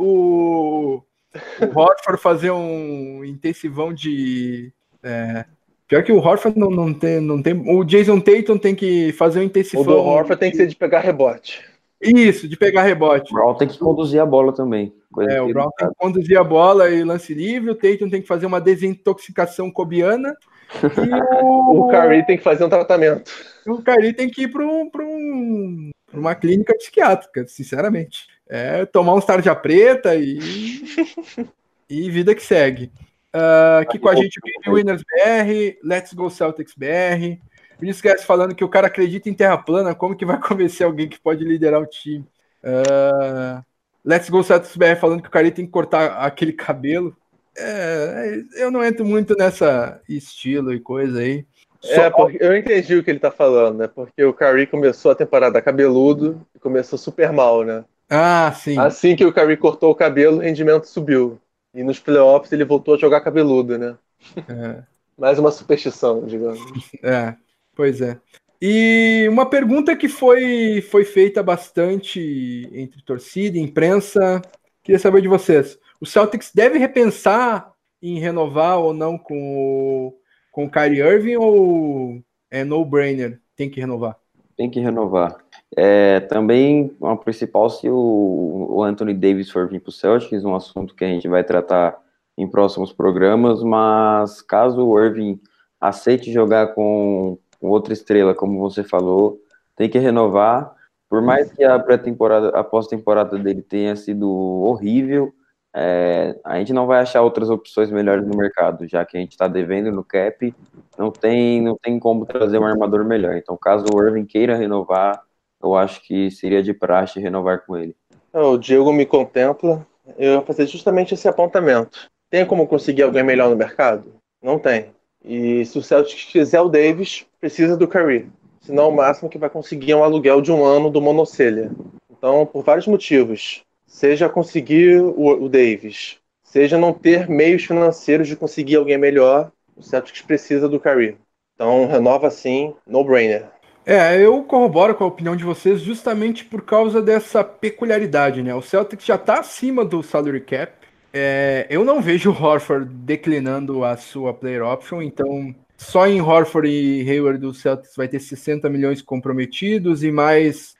Speaker 1: o, o Horford fazer um intensivão de. É, pior que o Horford não, não, tem, não tem. O Jason Tatum tem que fazer um intensivão.
Speaker 3: O do Horford tem que ser de pegar rebote.
Speaker 1: Isso, de pegar rebote.
Speaker 2: O Brown tem que conduzir a bola também.
Speaker 1: É, o Brown tem que conduzir a bola e lance livre, o Tatum tem que fazer uma desintoxicação cobiana. E
Speaker 3: o... o Kyrie tem que fazer um tratamento.
Speaker 1: O Kyrie tem que ir para um, um, uma clínica psiquiátrica, sinceramente. É tomar um tarja preta e, e vida que segue. Uh, aqui com a gente o Winners B R, Let's Go Celtics B R. Prince Guest falando que o cara acredita em terra plana, como que vai convencer alguém que pode liderar o time? Uh, Let's Go Celtics B R falando que o cara tem que cortar aquele cabelo. É, eu não entro muito nessa estilo e coisa aí.
Speaker 3: É,
Speaker 1: Só...
Speaker 3: porque eu entendi o que ele tá falando, né? Porque o Curry começou a temporada cabeludo e começou super mal, né?
Speaker 1: Ah, sim.
Speaker 3: Assim que o Curry cortou o cabelo, o rendimento subiu. E nos playoffs ele voltou a jogar cabeludo, né?
Speaker 1: É.
Speaker 3: Mais uma superstição, digamos.
Speaker 1: É, pois é. E uma pergunta que foi, foi feita bastante entre torcida e imprensa, queria saber de vocês. O Celtics deve repensar em renovar ou não com o, com o Kyrie Irving ou é no-brainer? Tem que renovar?
Speaker 2: Tem que renovar. É, também, a principal, se o, o Anthony Davis for vir para o Celtics, um assunto que a gente vai tratar em próximos programas, mas caso o Irving aceite jogar com outra estrela, como você falou, tem que renovar. Por mais que a pré-temporada, a pós-temporada dele tenha sido horrível, é, a gente não vai achar outras opções melhores no mercado, já que a gente está devendo no cap, não tem, não tem como trazer um armador melhor. Então, caso o Irving queira renovar, eu acho que seria de praxe renovar com ele.
Speaker 3: O Diego me contempla. Eu vou fazer justamente esse apontamento. Tem como conseguir alguém melhor no mercado? Não tem. E se o Celtics quiser o Davis, precisa do Curry. Senão o máximo que vai conseguir é um aluguel de um ano do monocelha. Então, por vários motivos. Seja conseguir o, o Davis, seja não ter meios financeiros de conseguir alguém melhor, o Celtics precisa do Curry. Então, renova sim, no-brainer.
Speaker 1: É, eu corroboro com a opinião de vocês justamente por causa dessa peculiaridade, né? O Celtics já tá acima do salary cap. É, eu não vejo o Horford declinando a sua player option, então só em Horford e Hayward o Celtics vai ter sessenta milhões comprometidos e mais,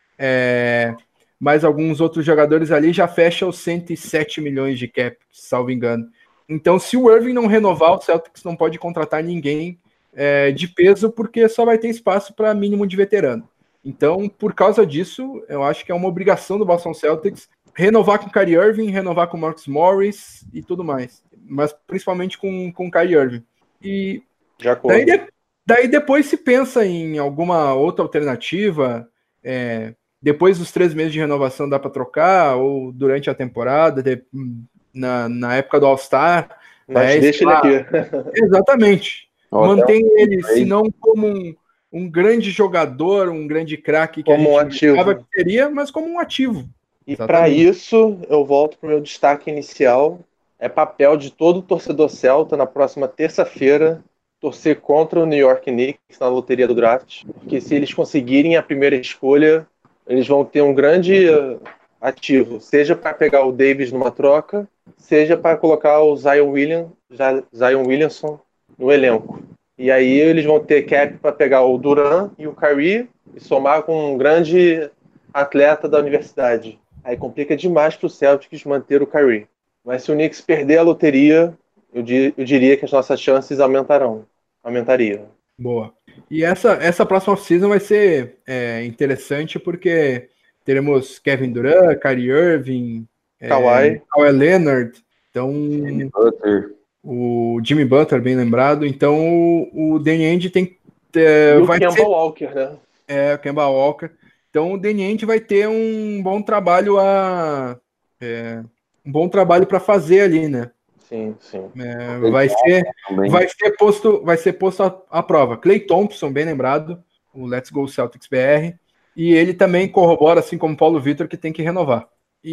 Speaker 1: é, mais alguns outros jogadores ali já fecha os cento e sete milhões de cap, salvo engano. Então, se o Irving não renovar, o Celtics não pode contratar ninguém É, de peso, porque só vai ter espaço para mínimo de veterano. Então, por causa disso, eu acho que é uma obrigação do Boston Celtics renovar com o Kyrie Irving, renovar com o Marcus Morris e tudo mais. Mas principalmente com, com o Kyrie Irving. E daí, de, daí depois se pensa em alguma outra alternativa. É, depois dos três meses de renovação dá para trocar, ou durante a temporada, de, na, na época do All-Star.
Speaker 3: Mas
Speaker 1: é,
Speaker 3: deixa ele aqui.
Speaker 1: Exatamente.
Speaker 2: Oh,
Speaker 1: Mantém ele, se não como um, um grande jogador, um grande craque que
Speaker 3: como
Speaker 1: a gente
Speaker 3: um
Speaker 1: achava
Speaker 3: ativo.
Speaker 1: que seria, mas como um ativo.
Speaker 3: E para isso, eu volto para o meu destaque inicial. É papel de todo torcedor celta na próxima terça-feira torcer contra o New York Knicks na loteria do draft, porque se eles conseguirem a primeira escolha, eles vão ter um grande ativo, seja para pegar o Davis numa troca, seja para colocar o Zion, William, Zion Williamson no elenco. E aí eles vão ter cap para pegar o Durant e o Kyrie e somar com um grande atleta da universidade. Aí complica demais para o Celtics manter o Kyrie. Mas se o Knicks perder a loteria, eu, di- eu diria que as nossas chances aumentarão. Aumentariam.
Speaker 1: Boa. E essa, essa próxima off-season vai ser é, interessante porque teremos Kevin Durant, Kyrie Irving,
Speaker 3: Kawhi.
Speaker 1: é, Kawhi Leonard, então
Speaker 2: Jimmy Butler.
Speaker 1: o Jimmy Butler, bem lembrado. Então o, o Danny Ainge tem é,
Speaker 3: E o
Speaker 1: vai
Speaker 3: Kemba
Speaker 1: ser,
Speaker 3: Walker, né?
Speaker 1: é, o Kemba Walker. Então o Danny Ainge vai ter um bom trabalho a é, um bom trabalho para fazer ali, né?
Speaker 3: Sim, sim.
Speaker 1: É, vai ser vai ser posto vai ser posto à, à prova. Klay Thompson, bem lembrado, o Let's Go Celtics B R, e ele também corrobora, assim como Paulo Vitor, que tem que renovar.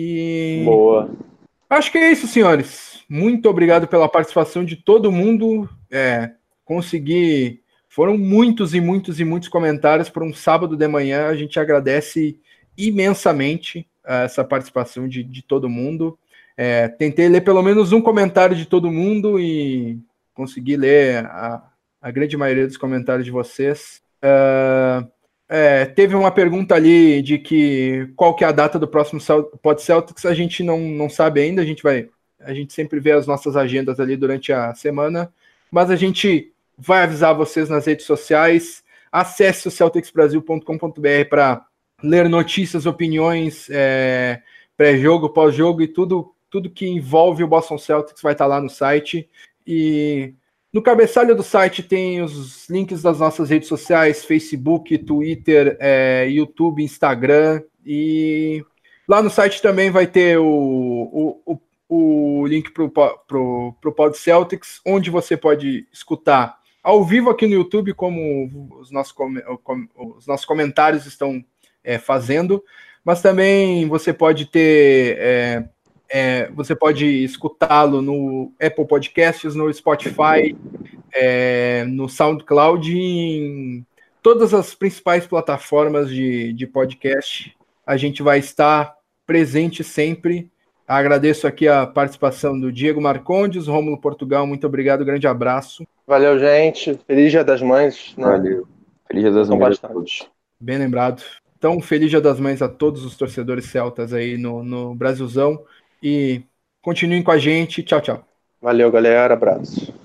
Speaker 1: E
Speaker 3: Boa.
Speaker 1: acho que é isso, senhores. Muito obrigado pela participação de todo mundo. É, consegui. Foram muitos e muitos e muitos comentários para um sábado de manhã. A gente agradece imensamente essa participação de, de todo mundo. É, tentei ler pelo menos um comentário de todo mundo e consegui ler a, a grande maioria dos comentários de vocês. Uh, é, teve uma pergunta ali de que qual que é a data do próximo Pod Celtics, a gente não, não sabe ainda, a gente vai, a gente sempre vê as nossas agendas ali durante a semana, mas a gente vai avisar vocês nas redes sociais. Acesse o celtics brasil ponto com ponto b r para ler notícias, opiniões, é, pré-jogo, pós-jogo e tudo, tudo que envolve o Boston Celtics vai estar lá no site. E No cabeçalho do site tem os links das nossas redes sociais, Facebook, Twitter, é, YouTube, Instagram, e lá no site também vai ter o, o, o, o link para o Pod Celtics, onde você pode escutar ao vivo aqui no YouTube, como os nossos, os nossos comentários estão é, fazendo, mas também você pode ter... É, É, você pode escutá-lo no Apple Podcasts, no Spotify, é, no SoundCloud e em todas as principais plataformas de, de podcast. A gente vai estar presente sempre. Agradeço aqui a participação do Diego Marcondes, Rômulo Portugal, muito obrigado, grande abraço.
Speaker 3: Valeu, gente. Feliz Dia das Mães. Né?
Speaker 2: Valeu. Feliz Dia das Mães a todos.
Speaker 1: Bem lembrado. Então, feliz Dia das Mães a todos os torcedores celtas aí no, no Brasilzão. E continuem com a gente. Tchau, tchau.
Speaker 3: Valeu, galera. Abraço.